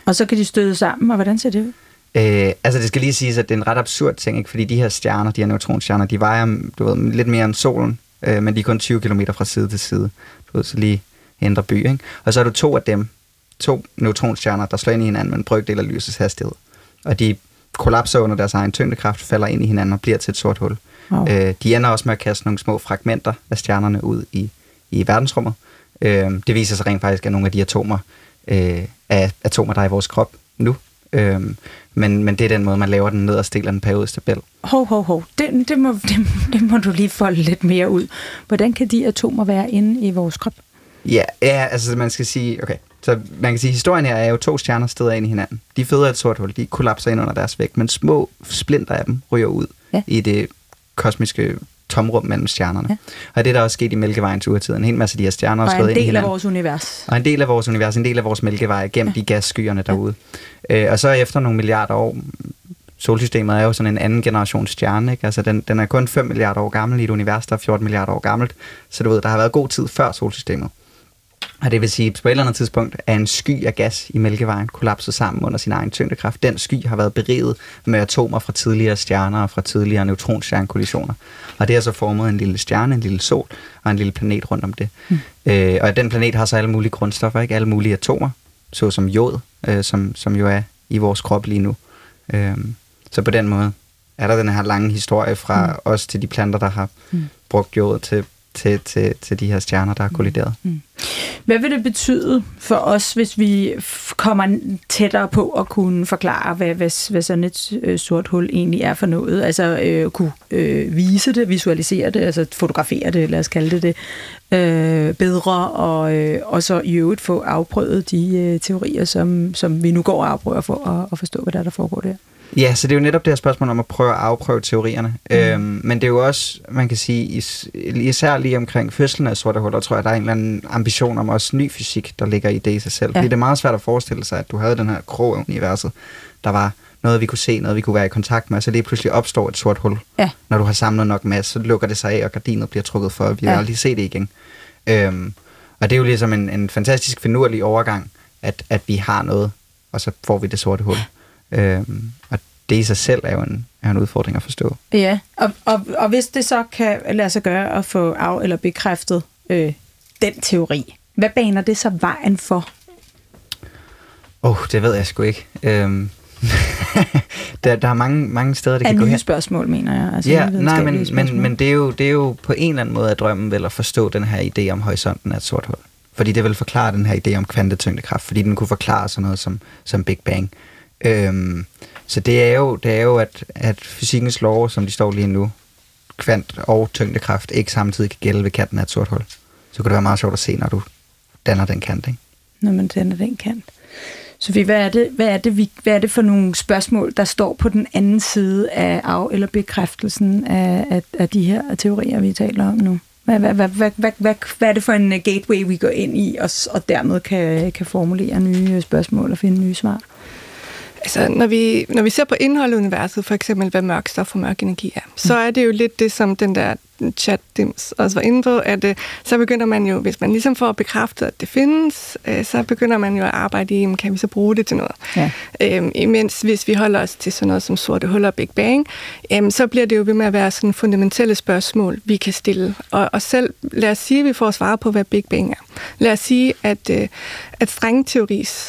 Og så kan de støde sammen, og hvordan ser det ud? Øh, altså det skal lige siges, at det er en ret absurd ting, ikke? Fordi de her stjerner, de her neutronstjerner, de vejer du ved, lidt mere end solen, øh, men de er kun tyve kilometer fra side til side. Du ved, så lige indre by, ikke? Og så er du to af dem, to neutronstjerner, der slår ind i hinanden med en brøkdel af lysets hastighed. Og de kollapser under deres egen tyngdekraft, falder ind i hinanden og bliver til et sort hul. Wow. Øh, de ender også med at kaste nogle små fragmenter af stjernerne ud i, i verdensrummet. Øh, det viser sig rent faktisk, at nogle af de atomer, øh, er atomer, der er i vores krop nu. Øh, men, men det er den måde, man laver den nederste del af den periodiske tabel. Hov, hov, hov. Det, det, må, det, det må du lige folde lidt mere ud. Hvordan kan de atomer være inde i vores krop? Ja, ja, altså man skal sige, okay, så man kan sige, at historien her er jo to stjerner steder ind i hinanden. De føder et sort hul, de kollapser ind under deres vægt, men små splinter af dem ryger ud ja. i det kosmiske tomrum mellem stjernerne. Ja. Og det er der også sket i Mælkevejens urtid. En hel masse af de her stjerner er slået ind i hinanden. Og en del af vores univers. Og en del af vores univers, en del af vores Mælkevej gemt ja. i gasskyerne derude. Ja. Øh, og så efter nogle milliarder år, solsystemet er jo sådan en anden generation stjerne, ikke? Altså den, den er kun fem milliarder år gammel i et univers, der er fjorten milliarder år gammelt. Så du ved, der har været god tid før solsystemet. Og det vil sige, at på et eller andet tidspunkt er en sky af gas i Mælkevejen kollapset sammen under sin egen tyngdekraft. Den sky har været beriget med atomer fra tidligere stjerner og fra tidligere neutronstjernekollisioner. Og det har så formet en lille stjerne, en lille sol og en lille planet rundt om det. Mm. Øh, og den planet har så alle mulige grundstoffer, ikke? Alle mulige atomer, såsom jod, øh, som, som jo er i vores krop lige nu. Øh, så på den måde er der den her lange historie fra mm. os til de planter, der har mm. brugt jod til Til, til, til de her stjerner, der er kollideret. Mm. Hvad vil det betyde for os, hvis vi kommer tættere på at kunne forklare, hvad, hvad, hvad sådan et øh, sort hul egentlig er for noget? Altså øh, kunne øh, vise det, visualisere det, altså fotografere det, lad os kalde det det, øh, bedre, og, øh, og så i øvrigt få afprøvet de øh, teorier, som, som vi nu går og afprøver for at, at forstå, hvad der, der foregår der. Ja, så det er jo netop det her spørgsmål om at prøve at afprøve teorierne. Mm. Øhm, men det er jo også, man kan sige, is, især lige omkring fødslen af sorte huller, tror jeg, der er en eller anden ambition om også ny fysik, der ligger i det i sig selv. Ja. Fordi det er meget svært at forestille sig, at du havde den her krog af universet, der var noget, vi kunne se, noget, vi kunne være i kontakt med, og så lige pludselig opstår et sort hul. Ja. Når du har samlet nok masse, så lukker det sig af, og gardinet bliver trukket for, og vi vil ja. aldrig se det igen. Øhm, og det er jo ligesom en, en fantastisk finurlig overgang, at, at vi har noget, og så får vi det sorte hul. Øhm, og det i sig selv er jo en, er en udfordring at forstå. Ja, og, og, og hvis det så kan lade sig gøre at få af- eller bekræftet øh, den teori, hvad baner det så vejen for? Åh, oh, det ved jeg sgu ikke. Øhm, der, der er mange, mange steder, det kan gå hen. Nye spørgsmål, mener jeg. Altså ja, nej, men, men, men det, er jo, det er jo på en eller anden måde at drømmen vel at forstå den her idé om horisonten af et sort hul. Fordi det vil forklare den her idé om kvantetyngdekraft, fordi den kunne forklare sådan noget som, som Big Bang. Øhm, så det er jo, det er jo at, at fysikkens love, som de står lige nu, kvant og tyngdekraft, ikke samtidig kan gælde ved kanten af et sort hul. Så kunne det være meget sjovt at se, når du danner den kant, ikke? Når man danner den kant. Sofie, hvad er det, hvad er det, vi, hvad er det for nogle spørgsmål, der står på den anden side af af- eller bekræftelsen af, af, af de her teorier, vi taler om nu? Hvad, hvad, hvad, hvad, hvad, hvad, hvad er det for en gateway, vi går ind i, og, og dermed kan, kan formulere nye spørgsmål og finde nye svar? Altså, når vi, når vi ser på indholdet i universet, for eksempel hvad mørk stof og mørk energi er, så er det jo lidt det, som den der chat-dims også var inde på, at øh, så begynder man jo, hvis man ligesom får bekræftet, at det findes, øh, så begynder man jo at arbejde i, kan vi så bruge det til noget? Ja. Øhm, imens hvis vi holder os til sådan noget som sorte huller og Big Bang, øhm, så bliver det jo ved med at være sådan fundamentale spørgsmål, vi kan stille. Og, og selv, lad os sige, at vi får svar på, hvad Big Bang er. Lad os sige, at, øh, at stringteoris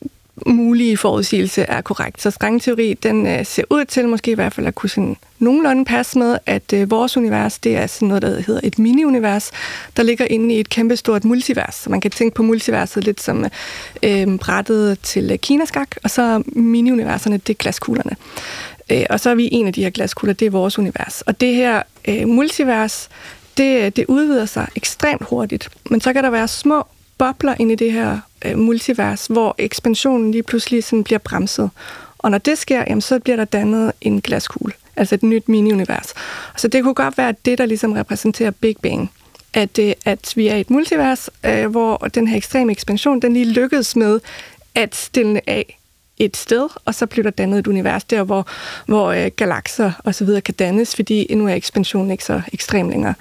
mulige forudsigelse er korrekt. Så stringteori, den øh, ser ud til måske i hvert fald at kunne sådan nogenlunde passe med, at øh, vores univers, det er sådan noget, der hedder et mini-univers, der ligger inde i et kæmpestort multivers. Så man kan tænke på multiverset lidt som øh, brættet til øh, kinaskak, og så mini-universerne, det er glaskuglerne. Øh, og så er vi en af de her glaskugler, det er vores univers. Og det her øh, multivers, det, det udvider sig ekstremt hurtigt, men så kan der være små bobler ind i det her øh, multivers, hvor ekspansionen lige pludselig sådan bliver bremset. Og når det sker, jamen, så bliver der dannet en glaskugle, altså et nyt mini-univers. Så det kunne godt være det, der ligesom repræsenterer Big Bang. At, øh, at vi er i et multivers, øh, hvor den her ekstreme ekspansion, den lige lykkedes med at stille af et sted, og så bliver der dannet et univers der, hvor, hvor øh, galakser og så videre kan dannes, fordi nu er ekspansionen ikke så ekstrem længere.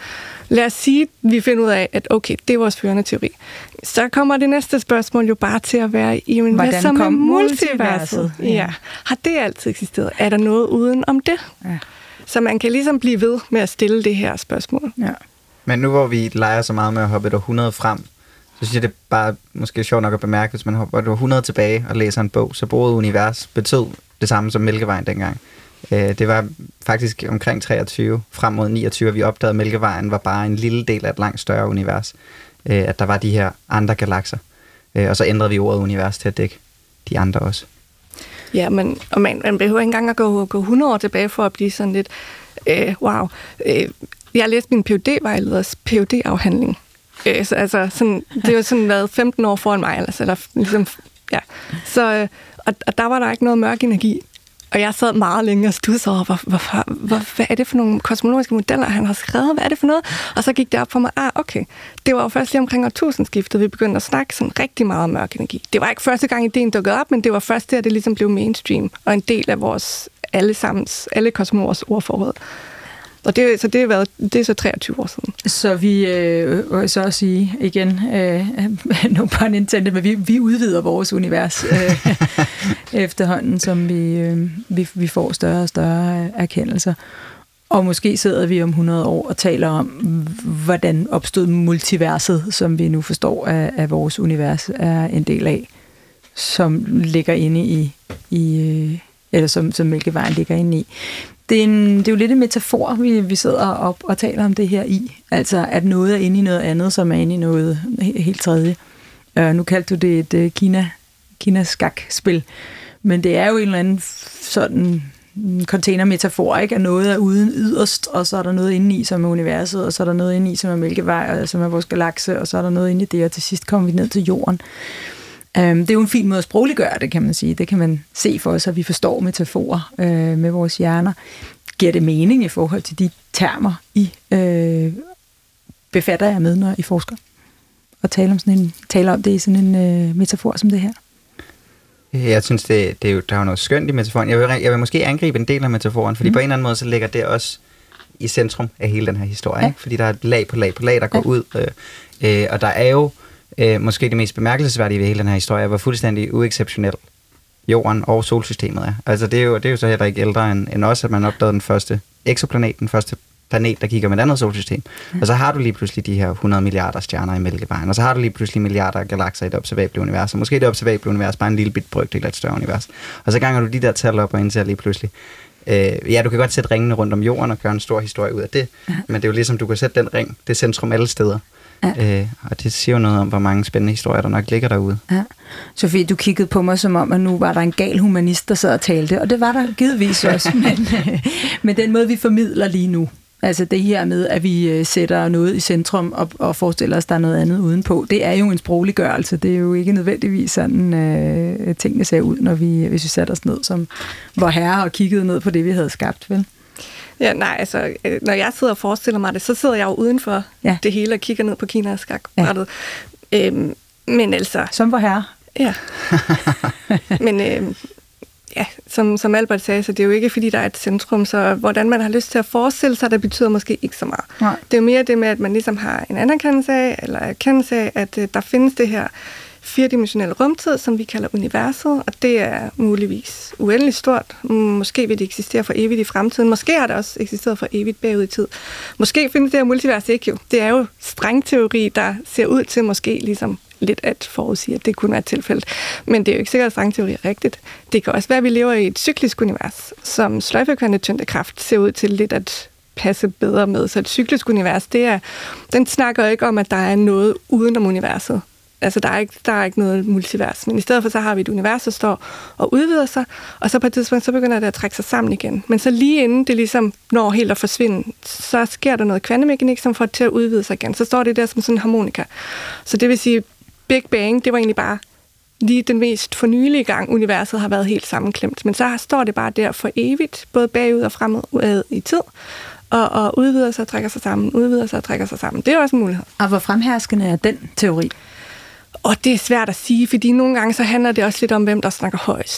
lad os sige, at vi finder ud af, at okay, det er vores førende teori. Så kommer det næste spørgsmål jo bare til at være, jamen, hvordan hvad så kom med multiverset? multiverset? Ja. Ja. Har det altid eksisteret? Er der noget uden om det? Ja. Så man kan ligesom blive ved med at stille det her spørgsmål. Ja. Men nu hvor vi leger så meget med at hoppe et århundrede frem, så synes jeg, det er bare måske sjovt nok at bemærke, hvis man hopper et århundrede tilbage og læser en bog, så Broget univers betød det samme som Mælkevejen dengang. Det var faktisk omkring treogtyve, frem mod niogtyve, at vi opdagede, at Mælkevejen var bare en lille del af et langt større univers. At der var de her andre galakser. Og så ændrede vi ordet univers til at dække de andre også. Ja, men og man, man behøver ikke engang at gå, gå hundrede år tilbage for at blive sådan lidt, øh, wow. Øh, jeg læste min P H D-vejleders P H D-afhandling. Øh, så, altså, sådan, det var sådan været femten år foran mig. Altså, eller, ligesom, ja. så, øh, og, og der var der ikke noget mørk energi. Og jeg sad meget længe og studsede over, hvor, hvor, hvor, hvad er det for nogle kosmologiske modeller, han har skrevet? Hvad er det for noget? Og så gik det op for mig, ah, okay, det var jo først lige omkring årtusindskiftet, vi begyndte at snakke sådan rigtig meget om mørk energi. Det var ikke første gang, ideen dukkede op, men det var først der, det ligesom blev mainstream, og en del af vores allesammens, alle kosmologers ordforråd. Og det, så det, er været, det er så treogtyve år siden. Så vi, øh, så at sige igen, øh, no pun intended, men vi, vi udvider vores univers øh, efterhånden, som vi, øh, vi, vi får større og større erkendelser. Og måske sidder vi om hundrede år og taler om, hvordan opstod multiverset, som vi nu forstår, at, at vores univers er en del af, som ligger inde i, i eller som, som Mælkevejen ligger inde i. Det er, en, det er jo lidt en metafor, vi, vi sidder op og taler om det her i. Altså, at noget er inde i noget andet, som er inde i noget helt tredje. Uh, nu kaldte du det et uh, Kina, Kina-skak-spil. Men det er jo en eller anden sådan containermetafor, ikke? At noget er uden yderst, og så er der noget inde i, som er universet, og så er der noget inde i, som er Mælkevej, og som er vores galakse, og så er der noget inde i det, og til sidst kommer vi ned til jorden. Um, det er jo en fin måde at sprogliggøre det, kan man sige. Det kan man se for os, at vi forstår metaforer uh, med vores hjerner. Giver det mening i forhold til de termer, I uh, befatter jer med, når I forsker? Og taler om, sådan en, taler om det i sådan en uh, metafor som det her? Jeg synes, det, det er jo, der er jo noget skønt i metaforen. Jeg vil, jeg vil måske angribe en del af metaforen, fordi mm. på en eller anden måde, så ligger det også i centrum af hele den her historie. Ja. Ikke? Fordi der er et lag på lag på lag, der går ja. ud. Øh, øh, og der er jo øh, måske det mest bemærkelsesværdige ved hele den her historie, hvor fuldstændig uexceptionel jorden og solsystemet er. Altså det er jo, det er jo så heller ikke ældre end, end os, at man opdagede den første exoplanet, den første planet, der kigger med et andet solsystem. Ja. Og så har du lige pludselig de her hundrede milliarder stjerner i Mælkevejen, og så har du lige pludselig milliarder af galakser i det observable univers, og måske det observable univers bare en lille bit brøkdel af et større univers. Og så ganger du de der tal op og indser lige pludselig. Øh, ja, du kan godt sætte ringene rundt om jorden og gøre en stor historie ud af det, ja. Men det er jo ligesom, du kan sætte den ring, det centrum alle steder. Ja. Øh, og det siger jo noget om, hvor mange spændende historier, der nok ligger derude. Ja. Sofie, du kiggede på mig som om, at nu var der en gal humanist, der sad og talte, og det var der givetvis også, men, men den måde, vi formidler lige nu, altså det her med, at vi sætter noget i centrum og, og forestiller os, at der er noget andet udenpå, det er jo en sprogliggørelse. Det er jo ikke nødvendigvis sådan, øh, tingene ser ud, når vi, hvis vi sætter os ned som vor herre og kiggede ned på det, vi havde skabt, vel? Ja, nej, altså, når jeg sidder og forestiller mig det, så sidder jeg jo udenfor ja. det hele og kigger ned på Kinas skakbrættet. Ja. Øhm, men altså... Som vor herre. Ja. men... Øhm, Ja, som, som Albert sagde, så det er jo ikke, fordi der er et centrum, så hvordan man har lyst til at forestille sig, det betyder måske ikke så meget. Nej. Det er jo mere det med, at man ligesom har en anerkendelse af, eller erkendelse af, at uh, der findes det her firedimensionelle rumtid, som vi kalder universet, og det er muligvis uendeligt stort. Måske vil det eksistere for evigt i fremtiden. Måske har det også eksisteret for evigt bagud i tid. Måske findes det her multivers ikke jo. Det er jo strengteori, der ser ud til måske ligesom lidt at forudsige, at det kunne være et tilfælde. Men det er jo ikke sikkert, at strengteori er rigtigt. Det kan også være, at vi lever i et cyklisk univers, som sløjfekvantetyndekraft ser ud til lidt at passe bedre med. Så et cyklisk univers, det er, den snakker ikke om, at der er noget uden om universet. Altså, der er, ikke, der er ikke noget multivers. Men i stedet for, så har vi et univers, der står og udvider sig, og så på et tidspunkt, så begynder det at trække sig sammen igen. Men så lige inden det ligesom når helt at forsvinde, så sker der noget kvantemekanik, som får det til at udvide sig igen. Så står det der som sådan en harmonika. Så det vil sige, Big Bang, det var egentlig bare lige den mest fornyelige gang, universet har været helt sammenklemt. Men så står det bare der for evigt, både bagud og fremad i tid, og, og udvider sig og trækker sig sammen, udvider sig og trækker sig sammen. Det er også en mulighed. Og hvor fremherskende er den teori? Og det er svært at sige, fordi nogle gange så handler det også lidt om, hvem der snakker højst.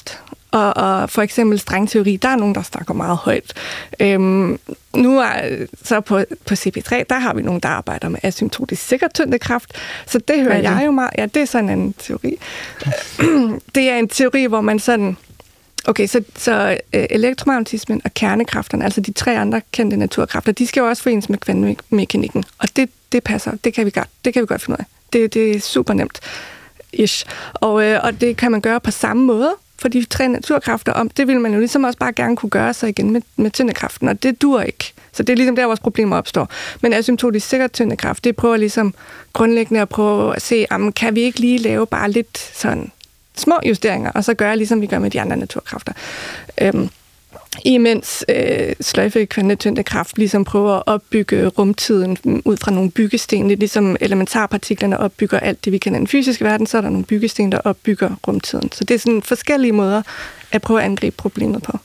Og, og for eksempel strengteori, der er nogen, der snakker meget højt. Øhm, nu er så på, på C P tre, der har vi nogen, der arbejder med asymptotisk sikker tyndekraft. Så det hører det? jeg jo meget. Ja, det er sådan en teori. Det er en teori, hvor man sådan... Okay, så, så øh, elektromagnetismen og kernekræfterne, altså de tre andre kendte naturkræfter, de skal jo også forenes med kvantemekanikken. Og det, det passer. Det kan vi godt, det kan vi godt finde ud af. Det, det er super nemt. Ish. Og, øh, og det kan man gøre på samme måde for de tre naturkræfter. Om det vil man jo ligesom også bare gerne kunne gøre sig igen med, med tyndekraften, og det dur ikke. Så det er ligesom der, vores problemer opstår. Men asymptotisk sikker tyndekraft, det prøver ligesom grundlæggende at prøve at se, om kan vi ikke lige lave bare lidt sådan små justeringer, og så gøre ligesom vi gør med de andre naturkræfter. Øhm, imens øh, sløjfe kvantetyndekraft ligesom prøver at opbygge rumtiden ud fra nogle byggesten. Det er ligesom elementarpartiklerne opbygger alt det, vi kender i den fysiske verden, så er der nogle byggesten, der opbygger rumtiden. Så det er sådan forskellige måder at prøve at angribe problemet på.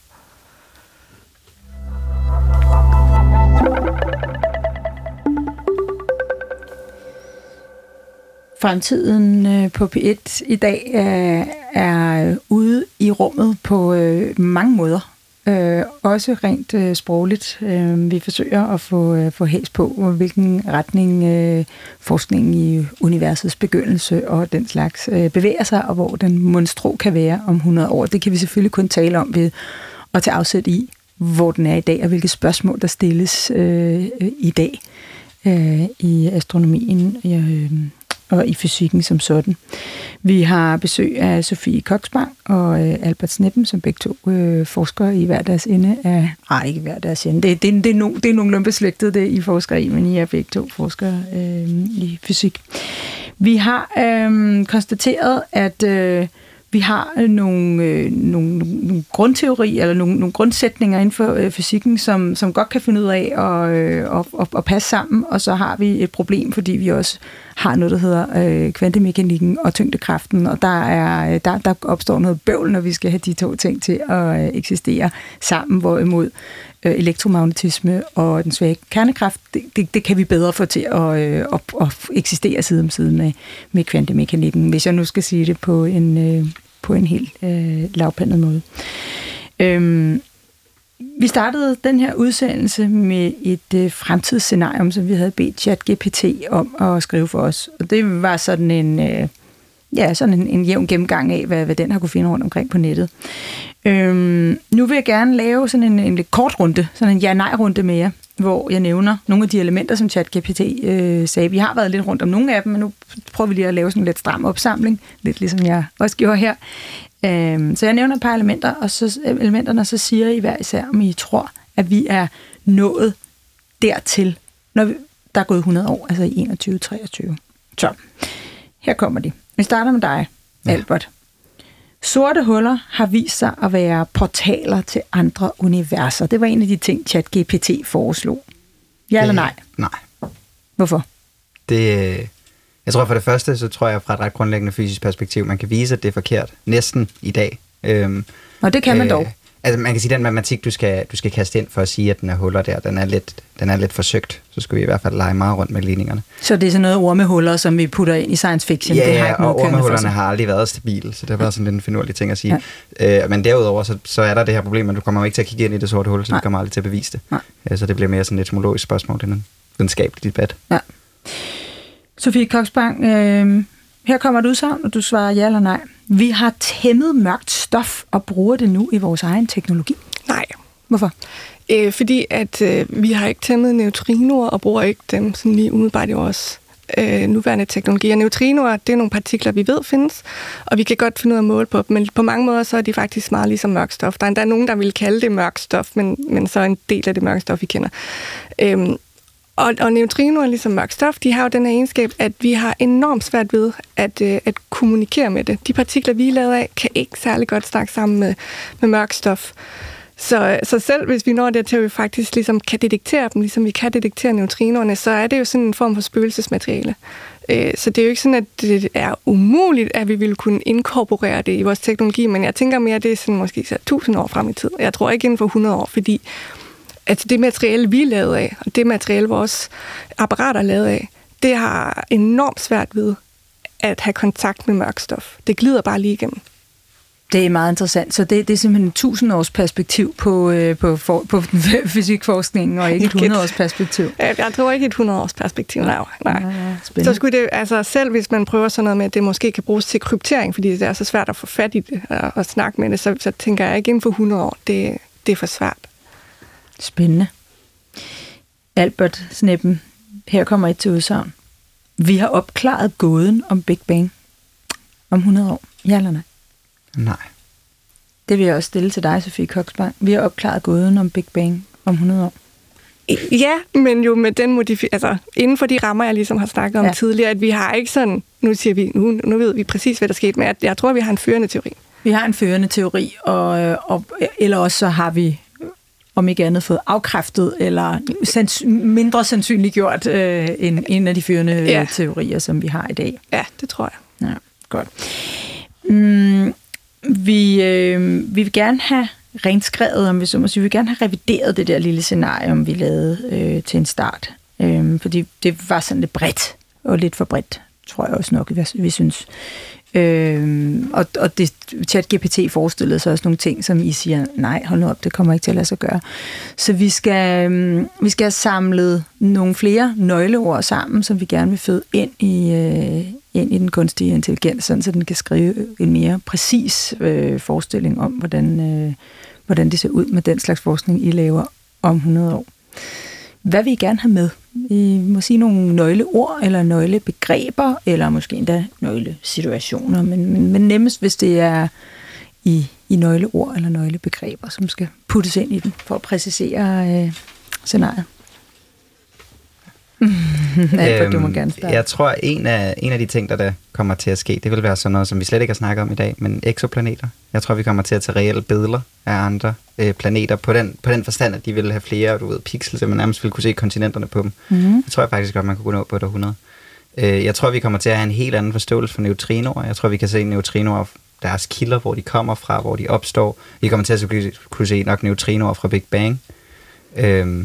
Fremtiden på P et i dag er, er ude i rummet på øh, mange måder. Øh, også rent øh, sprogligt. Øh, vi forsøger at få, øh, få hæs på, hvilken retning øh, forskningen i universets begyndelse og den slags øh, bevæger sig, og hvor den monstro kan være om hundrede år. Det kan vi selvfølgelig kun tale om ved at tage afsæt i, hvor den er i dag, og hvilke spørgsmål, der stilles øh, i dag øh, i astronomien øh, og i fysikken som sådan. Vi har besøg af Sofie Koksbang og øh, Albert Sneppen, som begge to øh, forsker i hver deres ende af... Nej, ikke hver deres ende. Det, det, det, er, no, det er nogenlunde beslægtet, det I forsker i, men I er begge to forskere øh, i fysik. Vi har øh, konstateret, at øh, vi har nogle, øh, nogle, nogle grundteorier, eller nogle, nogle grundsætninger inden for øh, fysikken, som, som godt kan finde ud af at, øh, at, at, at passe sammen, og så har vi et problem, fordi vi også har noget, der hedder øh, kvantemekanikken og tyngdekraften, og der, er, der, der opstår noget bøvl, når vi skal have de to ting til at øh, eksistere sammen, hvorimod øh, elektromagnetisme og den svage kernekraft, det, det, det kan vi bedre få til at, øh, at, at eksistere side om side med, med kvantemekanikken, hvis jeg nu skal sige det på en, øh, på en helt øh, lavpandet måde. Øhm, Vi startede den her udsendelse med et øh, fremtidsscenarium, som vi havde bedt ChatGPT om at skrive for os. Og det var sådan en, øh, ja, sådan en, en jævn gennemgang af, hvad, hvad den har kunne finde rundt omkring på nettet. Øhm, nu vil jeg gerne lave sådan en, en lidt kort runde, sådan en ja-nej-runde med jer, hvor jeg nævner nogle af de elementer, som ChatGPT øh, sagde. Vi har været lidt rundt om nogle af dem, men nu prøver vi lige at lave sådan en lidt stram opsamling, lidt ligesom jeg også gjorde her. Øhm, så jeg nævner et par elementer, og så elementerne, så siger I hver især, om I tror, at vi er nået dertil, når vi, der er gået hundrede år, altså i enogtyve treogtyve. Så, her kommer de. Vi starter med dig, Albert. Ja. Sorte huller har vist sig at være portaler til andre universer. Det var en af de ting, ChatGPT foreslog. Ja eller nej? Nej. Hvorfor? Det... Jeg tror for det første, så tror jeg fra et ret grundlæggende fysisk perspektiv, man kan vise, at det er forkert næsten i dag. Øhm, og det kan man øh, dog. Altså man kan sige, at den matematik, du skal, du skal kaste ind for at sige, at den er huller der, den er lidt, den er lidt forsøgt. Så skal vi i hvert fald lege meget rundt med ligningerne. Så det er sådan noget ormehuller, som vi putter ind i science fiction? Ja, det har ja og ormehullerne har aldrig været stabile, så det har været sådan lidt en finurlig ting at sige. Ja. Øh, men derudover, så, så er der det her problem, at du kommer ikke til at kigge ind i det sorte hul, så Nej. du kommer aldrig til at bevise det. Nej. Så det bliver mere sådan et etymologisk spørgsmål, end en videnskabelig debat. Ja. Sofie Koksbang, øh, her kommer et udsagn, og du svarer ja eller nej. Vi har tæmmet mørkt stof og bruger det nu i vores egen teknologi. Nej. Hvorfor? Øh, fordi at øh, vi har ikke tæmmet neutrinoer og bruger ikke dem sådan lige umiddelbart i vores øh, nuværende teknologi. Og neutrinoer, det er nogle partikler, vi ved findes, og vi kan godt finde ud af at måle på dem, men på mange måder så er de faktisk meget ligesom mørkt stof. Der er endda nogen, der vil kalde det mørkt stof, men, men så er en del af det mørke stof, vi kender. Øh, Og, og neutrinoer, ligesom mørk stof, de har jo den her egenskab, at vi har enormt svært ved at, øh, at kommunikere med det. De partikler, vi er lavet af, kan ikke særlig godt snakke sammen med, med mørk stof. Så, så selv hvis vi når dertil, at vi faktisk ligesom kan detektere dem, ligesom vi kan detektere neutrinoerne, så er det jo sådan en form for spøgelsesmateriale. Øh, så det er jo ikke sådan, at det er umuligt, at vi ville kunne inkorporere det i vores teknologi, men jeg tænker mere, at det er sådan måske så tusind år frem i tid. Jeg tror ikke inden for hundrede år, fordi altså det materiale, vi er lavet af, og det materiale, vores apparater er lavet af, det har enormt svært ved at have kontakt med mørk stof. Det glider bare lige igennem. Det er meget interessant. Så det, det er simpelthen et tusind års perspektiv på, øh, på, for, på fysikforskningen, og ikke et hundrede års perspektiv. Jeg tror ikke et hundrede års perspektiv, nej. nej. Ja, så skulle det, altså selv hvis man prøver sådan noget med, at det måske kan bruges til kryptering, fordi det er så svært at få fat i det og, og snakke med det, så, så tænker jeg ikke inden for hundrede år. Det, det er for svært. Spændende. Albert Sneppen, her kommer et til udsagn. Vi har opklaret gåden om Big Bang om hundrede år. Ja eller nej? Nej. Det vil jeg også stille til dig, Sofie Koksbang. Vi har opklaret gåden om Big Bang om hundrede år. Ja, men jo med den modifi- altså inden for de rammer, jeg ligesom har snakket om ja. tidligere, at vi har ikke sådan, nu siger vi, nu, nu ved vi præcis, hvad der skete, men jeg tror, vi har en førende teori. Vi har en førende teori, og, og, eller også så har vi, om ikke andet, fået afkræftet, eller sands- mindre sandsynliggjort øh, en, en af de førende ja. teorier, som vi har i dag. Ja, det tror jeg. Ja, godt. Mm, vi, øh, vi vil gerne have renskrevet, om vi så må sige, vi vil gerne have revideret det der lille scenarium, vi lavede øh, til en start. Øh, fordi det var sådan lidt bredt, og lidt for bredt, tror jeg også nok, vi, vi synes. Øh, og, og det ChatGPT forestillede sig også nogle ting, som I siger, nej, hold nu op, det kommer ikke til at lade sig gøre. Så vi skal, øh, vi skal have samlet nogle flere nøgleord sammen, som vi gerne vil føde ind i, øh, ind i den kunstige intelligens, sådan, så den kan skrive en mere præcis øh, forestilling om, hvordan, øh, hvordan det ser ud med den slags forskning, I laver om hundrede år. Hvad vil I gerne have med? I må sige nogle nøgleord, eller nøglebegreber, eller måske endda nøglesituationer, men, men, men nemmest, hvis det er i, i nøgleord eller nøglebegreber, som skal puttes ind i den, for at præcisere øh, scenariet. Albert, du må gerne starte. Jeg tror, en af, en af de ting, der, der kommer til at ske, det vil være sådan noget, som vi slet ikke har snakket om i dag, men eksoplaneter. Jeg tror, vi kommer til at tage reelle billeder af andre øh, planeter, på den, på den forstand, at de vil have flere du ved, pixels, så man nærmest ville kunne se kontinenterne på dem. Mm-hmm. Det tror jeg faktisk godt, man kunne nå på et århundrede. Øh, jeg tror, vi kommer til at have en helt anden forståelse for neutrinoer. Jeg tror, vi kan se neutrinoer, deres kilder, hvor de kommer fra, hvor de opstår. Vi kommer til at kunne se nok neutrinoer fra Big Bang. Øh,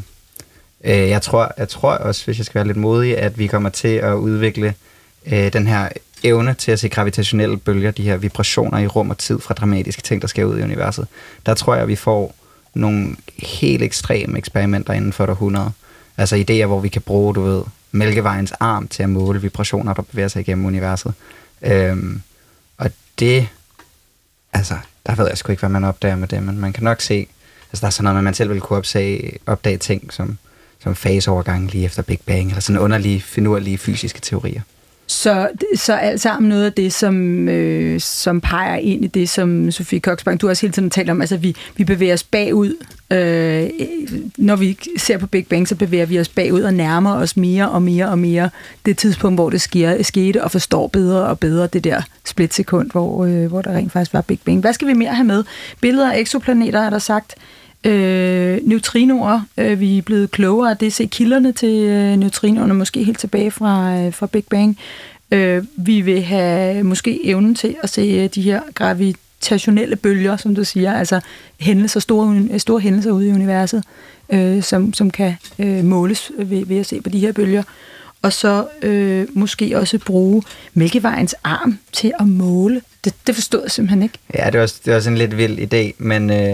Jeg tror, jeg tror også, hvis jeg skal være lidt modig, at vi kommer til at udvikle øh, den her evne til at se gravitationelle bølger, de her vibrationer i rum og tid fra dramatiske ting, der sker ud i universet. Der tror jeg, at vi får nogle helt ekstreme eksperimenter inden for et århundrede. Altså idéer, hvor vi kan bruge, du ved, Mælkevejens arm til at måle vibrationer, der bevæger sig igennem universet. Øhm, og det, altså, der ved jeg sgu ikke, hvad man opdager med det, men man kan nok se, altså der er sådan noget, man selv vil kunne opsage, opdage ting, som som faseovergang lige efter Big Bang, eller sådan underlige, finurlige fysiske teorier. Så, så alt sammen noget af det, som, øh, som peger ind i det, som Sofie Koksbang, du også hele tiden taler om, altså vi, vi bevæger os bagud. Øh, når vi ser på Big Bang, så bevæger vi os bagud og nærmer os mere og mere og mere det tidspunkt, hvor det sker, skete, og forstår bedre og bedre det der splitsekund, hvor, øh, hvor der rent faktisk var Big Bang. Hvad skal vi mere have med? Billeder af eksoplaneter, er der sagt. Øh, neutrinoer, øh, vi er blevet klogere af det, se kilderne til øh, neutrinoerne, måske helt tilbage fra, øh, fra Big Bang. Øh, vi vil have måske evnen til at se øh, de her gravitationelle bølger, som du siger, altså hændelser, store, store hændelser ude i universet, øh, som, som kan øh, måles ved, ved at se på de her bølger. Og så øh, måske også bruge Mælkevejens arm til at måle. Det, det forstod jeg simpelthen ikke. Ja, det er også, det er også en lidt vild idé, men... Øh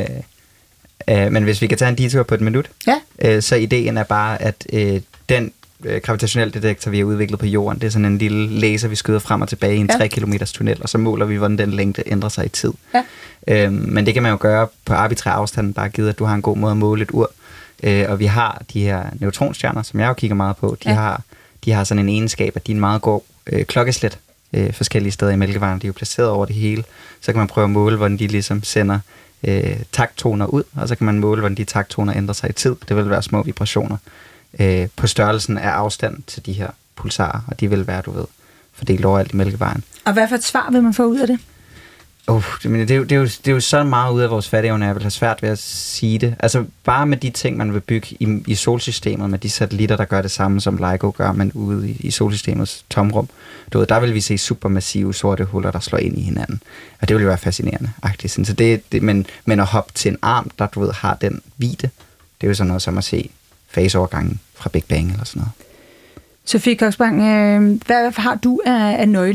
Uh, men hvis vi kan tage en detur på et minut, ja. uh, så ideen er bare, at uh, den uh, gravitationelle detektor, vi har udviklet på jorden, det er sådan en lille laser, vi skyder frem og tilbage i en ja. tre kilometers tunnel, og så måler vi, hvordan den længde ændrer sig i tid. Ja. Uh, men det kan man jo gøre på arbitrær afstand, bare givet, at du har en god måde at måle et ur. Uh, og vi har de her neutronstjerner, som jeg jo kigger meget på, de, ja. har, de har sådan en egenskab, at de er en meget god uh, klokkeslæt uh, forskellige steder i Mælkevejen. De er jo placeret over det hele. Så kan man prøve at måle, hvordan de ligesom sender Øh, takttoner ud, og så kan man måle, hvordan de takttoner ændrer sig i tid. Det vil være små vibrationer øh, på størrelsen af afstand til de her pulsarer, og de vil være, du ved, fordelt overalt i Mælkevejen. Og hvad for et svar vil man få ud af det? Oh, det, det, er jo, det, er jo, det er jo så meget ud af vores fatteevne, jeg vil have svært ved at sige det. Altså bare med de ting, man vil bygge i, i solsystemet, med de satellitter, der gør det samme, som LIGO gør, men ude i, i solsystemets tomrum. Du ved, der vil vi se supermassive sorte huller, der slår ind i hinanden. Og det vil jo være fascinerende. Så det, det, men, men at hoppe til en arm, der du ved, har den vidde, det er jo sådan noget som at se faseovergangen fra Big Bang eller sådan noget. Sofie Koksbang, øh, hvad har du af, af nøgle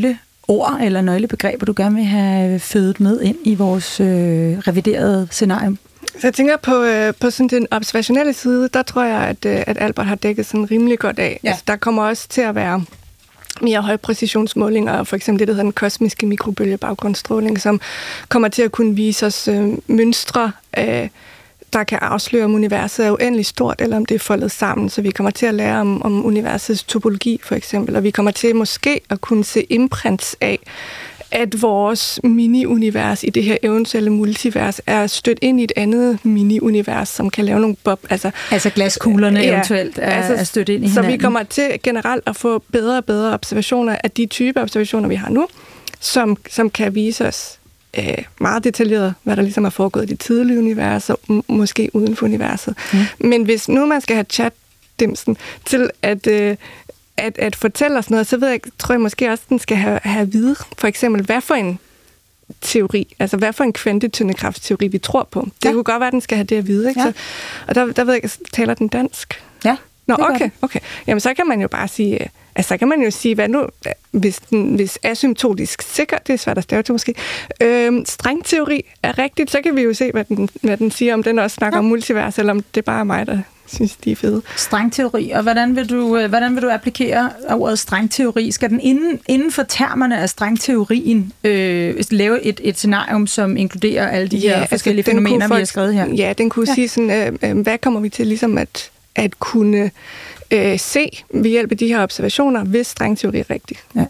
ord eller nøglebegreber, du gerne vil have fødet med ind i vores øh, reviderede scenarium? Så jeg tænker på, øh, på sådan den observationelle side, der tror jeg, at, øh, at Albert har dækket sådan rimelig godt af. Ja. Altså, der kommer også til at være mere højpræcisionsmålinger, for eksempel det, der hedder den kosmiske mikrobølgebaggrundsstråling, som kommer til at kunne vise os øh, mønstre, øh, der kan afsløre, om universet er uendeligt stort, eller om det er foldet sammen. Så vi kommer til at lære om, om universets topologi, for eksempel, og vi kommer til måske at kunne se imprints af, at vores mini-univers i det her eventuelle multivers er stødt ind i et andet mini-univers, som kan lave nogle bob. Altså, altså glaskuglerne ja, eventuelt er, altså, er stødt ind i hinanden. Så vi kommer til generelt at få bedre og bedre observationer af de type observationer, vi har nu, som, som kan vise os øh, meget detaljeret, hvad der ligesom er foregået i det tidlige univers, og m- måske uden for universet. Mm. Men hvis nu man skal have chat-dimsen til at... Øh, At, at fortælle os noget, så ved jeg, tror jeg måske også, at den skal have, have at vide, for eksempel, hvad for en teori, altså hvad for en kvantetyndekraftsteori, vi tror på. Det ja. kunne godt være, at den skal have det at vide, ikke? Ja. Så, og der, der ved jeg, taler den dansk? Ja. Nå, okay, okay. Jamen, så kan man jo bare sige, altså, så kan man jo sige, hvad nu, hvis, den, hvis asymptotisk sikker, det er svært at stave til måske, øhm, strengteori er rigtigt, så kan vi jo se, hvad den, hvad den siger, om den også snakker ja. om multivers, eller om det bare er mig, der synes, de er fede. Strengteori, og hvordan vil du, hvordan vil du applikere ordet strengteori? Skal den inden, inden for termerne af strengteorien øh, lave et, et scenarium, som inkluderer alle de ja, her forskellige altså, fænomener, vi har skrevet her? Ja, den kunne ja. sige sådan, øh, hvad kommer vi til ligesom at, at kunne øh, se ved hjælp af de her observationer, hvis strengteori er rigtig. Ja.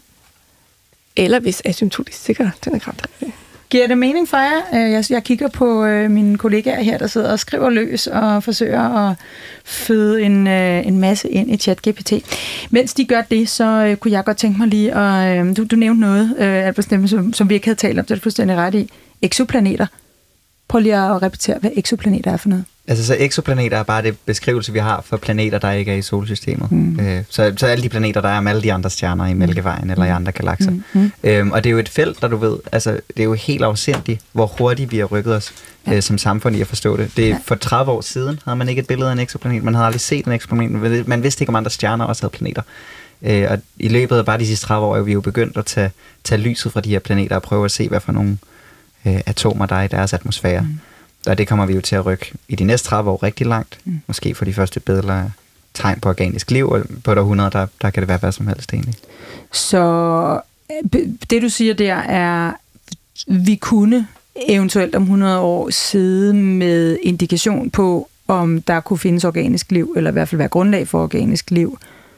Eller hvis asymptotisk sikker den er kraft. Giver det mening for jer? Jeg, jeg kigger på øh, mine kollegaer her, der sidder og skriver løs og forsøger at føde en, øh, en masse ind i ChatGPT. Mens de gør det, så øh, kunne jeg godt tænke mig lige at... Øh, du, du nævnte noget, øh, Albert Stemme, som, som vi ikke havde talt om, så er det fuldstændig ret i. Eksoplaneter. Prøv lige at repetere, hvad eksoplaneter er for noget. Altså, så eksoplaneter er bare det beskrivelse, vi har for planeter, der ikke er i solsystemet. Mm. Øh, så, så alle de planeter, der er med alle de andre stjerner i Mælkevejen mm. eller i andre galakser. Mm. Øhm, og det er jo et felt, der du ved, altså, det er jo helt afsindigt, hvor hurtigt vi har rykket os ja. øh, som samfund i at forstå det. Det er, ja. For tredive år siden havde man ikke et billede af en eksoplanet. Man havde aldrig set en eksoplanet. Man vidste ikke, om andre stjerner også havde planeter. Øh, og i løbet af bare de sidste tredive år er vi jo begyndt at tage, tage lyset fra de her planeter og prøve at se, hvad for nogle øh, atomer der er i deres atmosfære. Mm. Og det kommer vi jo til at rykke i de næste tredive år rigtig langt. Mm. Måske for de første billeder tegn på organisk liv, og på et århundrede, der, der kan det være hvad som helst egentlig. Så det du siger der er, vi kunne eventuelt om hundrede år sidde med indikation på, om der kunne findes organisk liv, eller i hvert fald være grundlag for organisk liv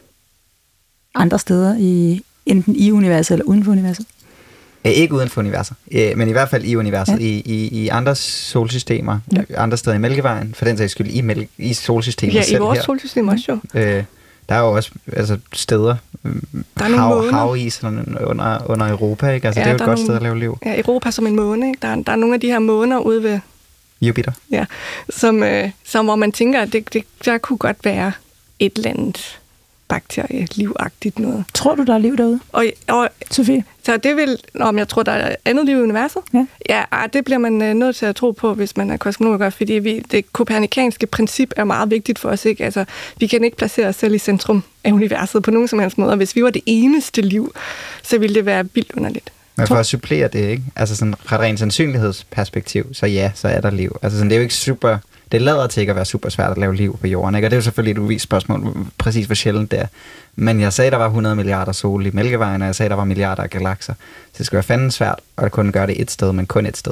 andre steder, i, enten i universet eller uden for universet? Ikke uden for universet, men i hvert fald i universet, ja. i, i, i andre solsystemer, ja. andre steder i Mælkevejen, for den sags skyld i, mælke, i solsystemet ja, selv her. Ja, i vores her. solsystem også jo. Øh, der er jo også altså, steder, der er hav, havis under, under Europa, ikke? Altså, ja, det er jo et godt nogle, sted at lave liv. Ja, Europa som en måne, ikke? Der, er, der er nogle af de her måner ude ved Jupiter, ja, som, øh, som hvor man tænker, at det, det, der kunne godt være et eller andet bakterielivagtigt noget. Tror du, der er liv derude? Og, og, Sofie? Så det vil, om jeg tror, der er andet liv i universet? Ja. Ja, det bliver man øh, nødt til at tro på, hvis man er kosmologer, fordi vi, det kopernikanske princip er meget vigtigt for os, ikke? Altså, vi kan ikke placere os selv i centrum af universet på nogen som helst måde, og hvis vi var det eneste liv, så ville det være vildt underligt. Men for at supplere det, ikke? Altså sådan fra rent sandsynlighedsperspektiv, så ja, så er der liv. Altså sådan, det er jo ikke super... Det lader til ikke at være super svært at lave liv på jorden, ikke? Og det er jo selvfølgelig et uvist spørgsmål, præcis hvor sjældent det er. Men jeg sagde, der var hundrede milliarder sol i Mælkevejen, og jeg sagde, der var milliarder af galakser. Så det skal være fandme svært at kunne gøre det et sted, men kun et sted.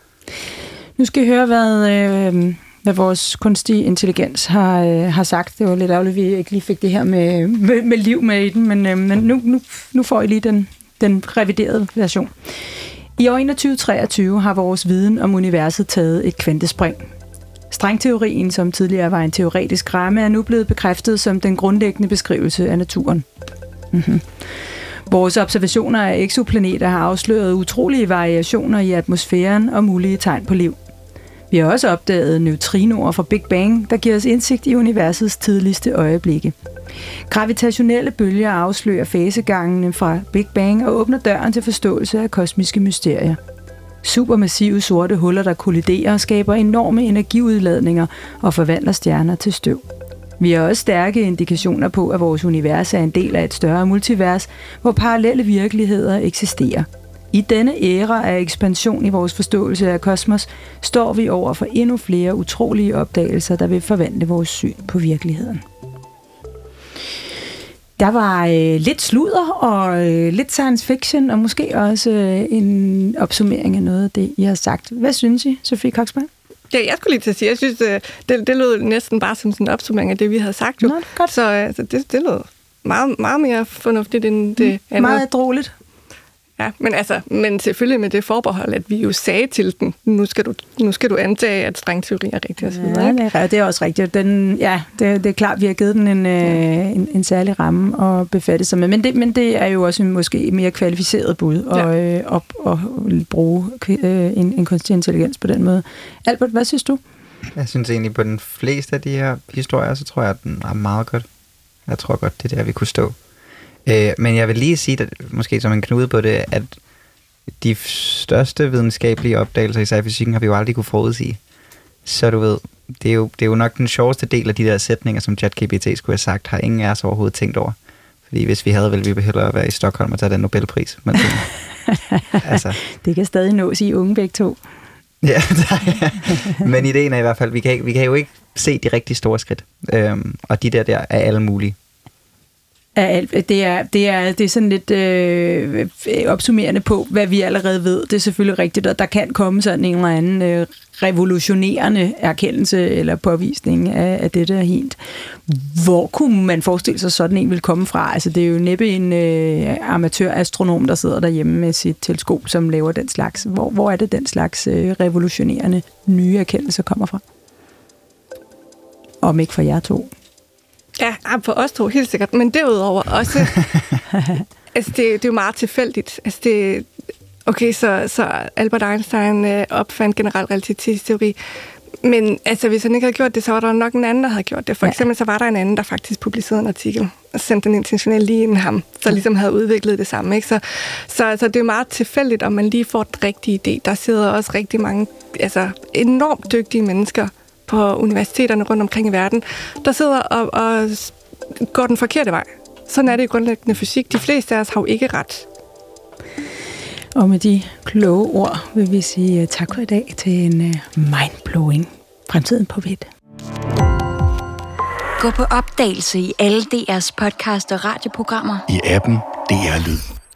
Nu skal I høre, hvad, øh, hvad vores kunstige intelligens har, øh, har sagt. Det var lidt ærgerligt, at vi ikke lige fik det her med, med, med liv med i den, men, øh, men nu, nu, nu får I lige den, den reviderede version. I år enogtyve treogtyve har vores viden om universet taget et kvantespring. Strengteorien, som tidligere var en teoretisk ramme, er nu blevet bekræftet som den grundlæggende beskrivelse af naturen. Mm-hmm. Vores observationer af eksoplaneter har afsløret utrolige variationer i atmosfæren og mulige tegn på liv. Vi har også opdaget neutrinoer fra Big Bang, der giver os indsigt i universets tidligste øjeblikke. Gravitationelle bølger afslører fasegangene fra Big Bang og åbner døren til forståelse af kosmiske mysterier. Supermassive sorte huller, der kolliderer, skaber enorme energiudladninger og forvandler stjerner til støv. Vi har også stærke indikationer på, at vores univers er en del af et større multivers, hvor parallelle virkeligheder eksisterer. I denne æra af ekspansion i vores forståelse af kosmos, står vi over for endnu flere utrolige opdagelser, der vil forvandle vores syn på virkeligheden. Der var øh, lidt sludder og øh, lidt science fiction, og måske også øh, en opsummering af noget af det, I har sagt. Hvad synes I, Sofie Koksberg? Ja, jeg skulle lige til at sige, jeg synes, det, det lød næsten bare som sådan en opsummering af det, vi havde sagt. Jo. Nå, godt. Så altså, det, det lød meget, meget mere fornuftigt end det mm, andet. Meget ædrueligt. Ja, men altså, men selvfølgelig med det forbehold, at vi jo sagde til den, nu skal du, nu skal du antage, at strengteori er rigtigt og så videre. Ja, det er, det er også rigtigt. Den, ja, det, det er klart, vi har givet den en, ja. en, en særlig ramme at befatte sig med. Men det, men det er jo også en måske mere kvalificeret bud at ja. og, og bruge en, en kunstig intelligens på den måde. Albert, hvad synes du? Jeg synes egentlig, på den fleste af de her historier, så tror jeg, at den er meget godt. Jeg tror godt, det er der, vi kunne stå. Øh, men jeg vil lige sige, at, måske som en knude på det, at de største videnskabelige opdagelser, især i fysikken, har vi jo aldrig kunne forudsige. Så du ved, det er jo, det er jo nok den sjoveste del af de der sætninger, som ChatGPT skulle have sagt, har ingen af os overhovedet tænkt over. Fordi hvis vi havde, ville vi hellere være i Stockholm og tage den Nobelpris. Men det, altså. Det kan stadig nås i unge begge to. Ja, ja, men ideen er i hvert fald, vi kan, vi kan jo ikke se de rigtig store skridt. Øhm, og de der der er alle mulige. Det er, det er, det er sådan lidt øh, opsummerende på, hvad vi allerede ved. Det er selvfølgelig rigtigt, og der kan komme sådan en eller anden øh, revolutionerende erkendelse eller påvisning af, af det der helt. Hvor kunne man forestille sig, sådan en vil komme fra? Altså, det er jo næppe en øh, amatørastronom, der sidder derhjemme med sit teleskop, som laver den slags. Hvor, hvor er det, den slags øh, revolutionerende nye erkendelser kommer fra? Om ikke for jer to. Ja, for os to, helt sikkert. Men derudover også, altså det, det er jo meget tilfældigt. Altså det, okay, så, så Albert Einstein øh, opfandt generel relativitetsteori. Men altså, hvis han ikke havde gjort det, så var der nok en anden, der havde gjort det. For eksempel så var der en anden, der faktisk publicerede en artikel og sendte den intentionelt lige inden ham, så ligesom havde udviklet det samme. Ikke? Så, så, så det er meget tilfældigt, om man lige får den rigtige idé. Der sidder også rigtig mange altså, enormt dygtige mennesker på universiteterne rundt omkring i verden, der sidder og, og går den forkerte vej. Sådan er det i grundlæggende fysik. De fleste af os har jo ikke ret. Og med de kloge ord vil vi sige tak for i dag til en mindblowing Fremtiden på P et. Gå på opdagelse i alle D R's podcast og radioprogrammer. I appen D R Lyd.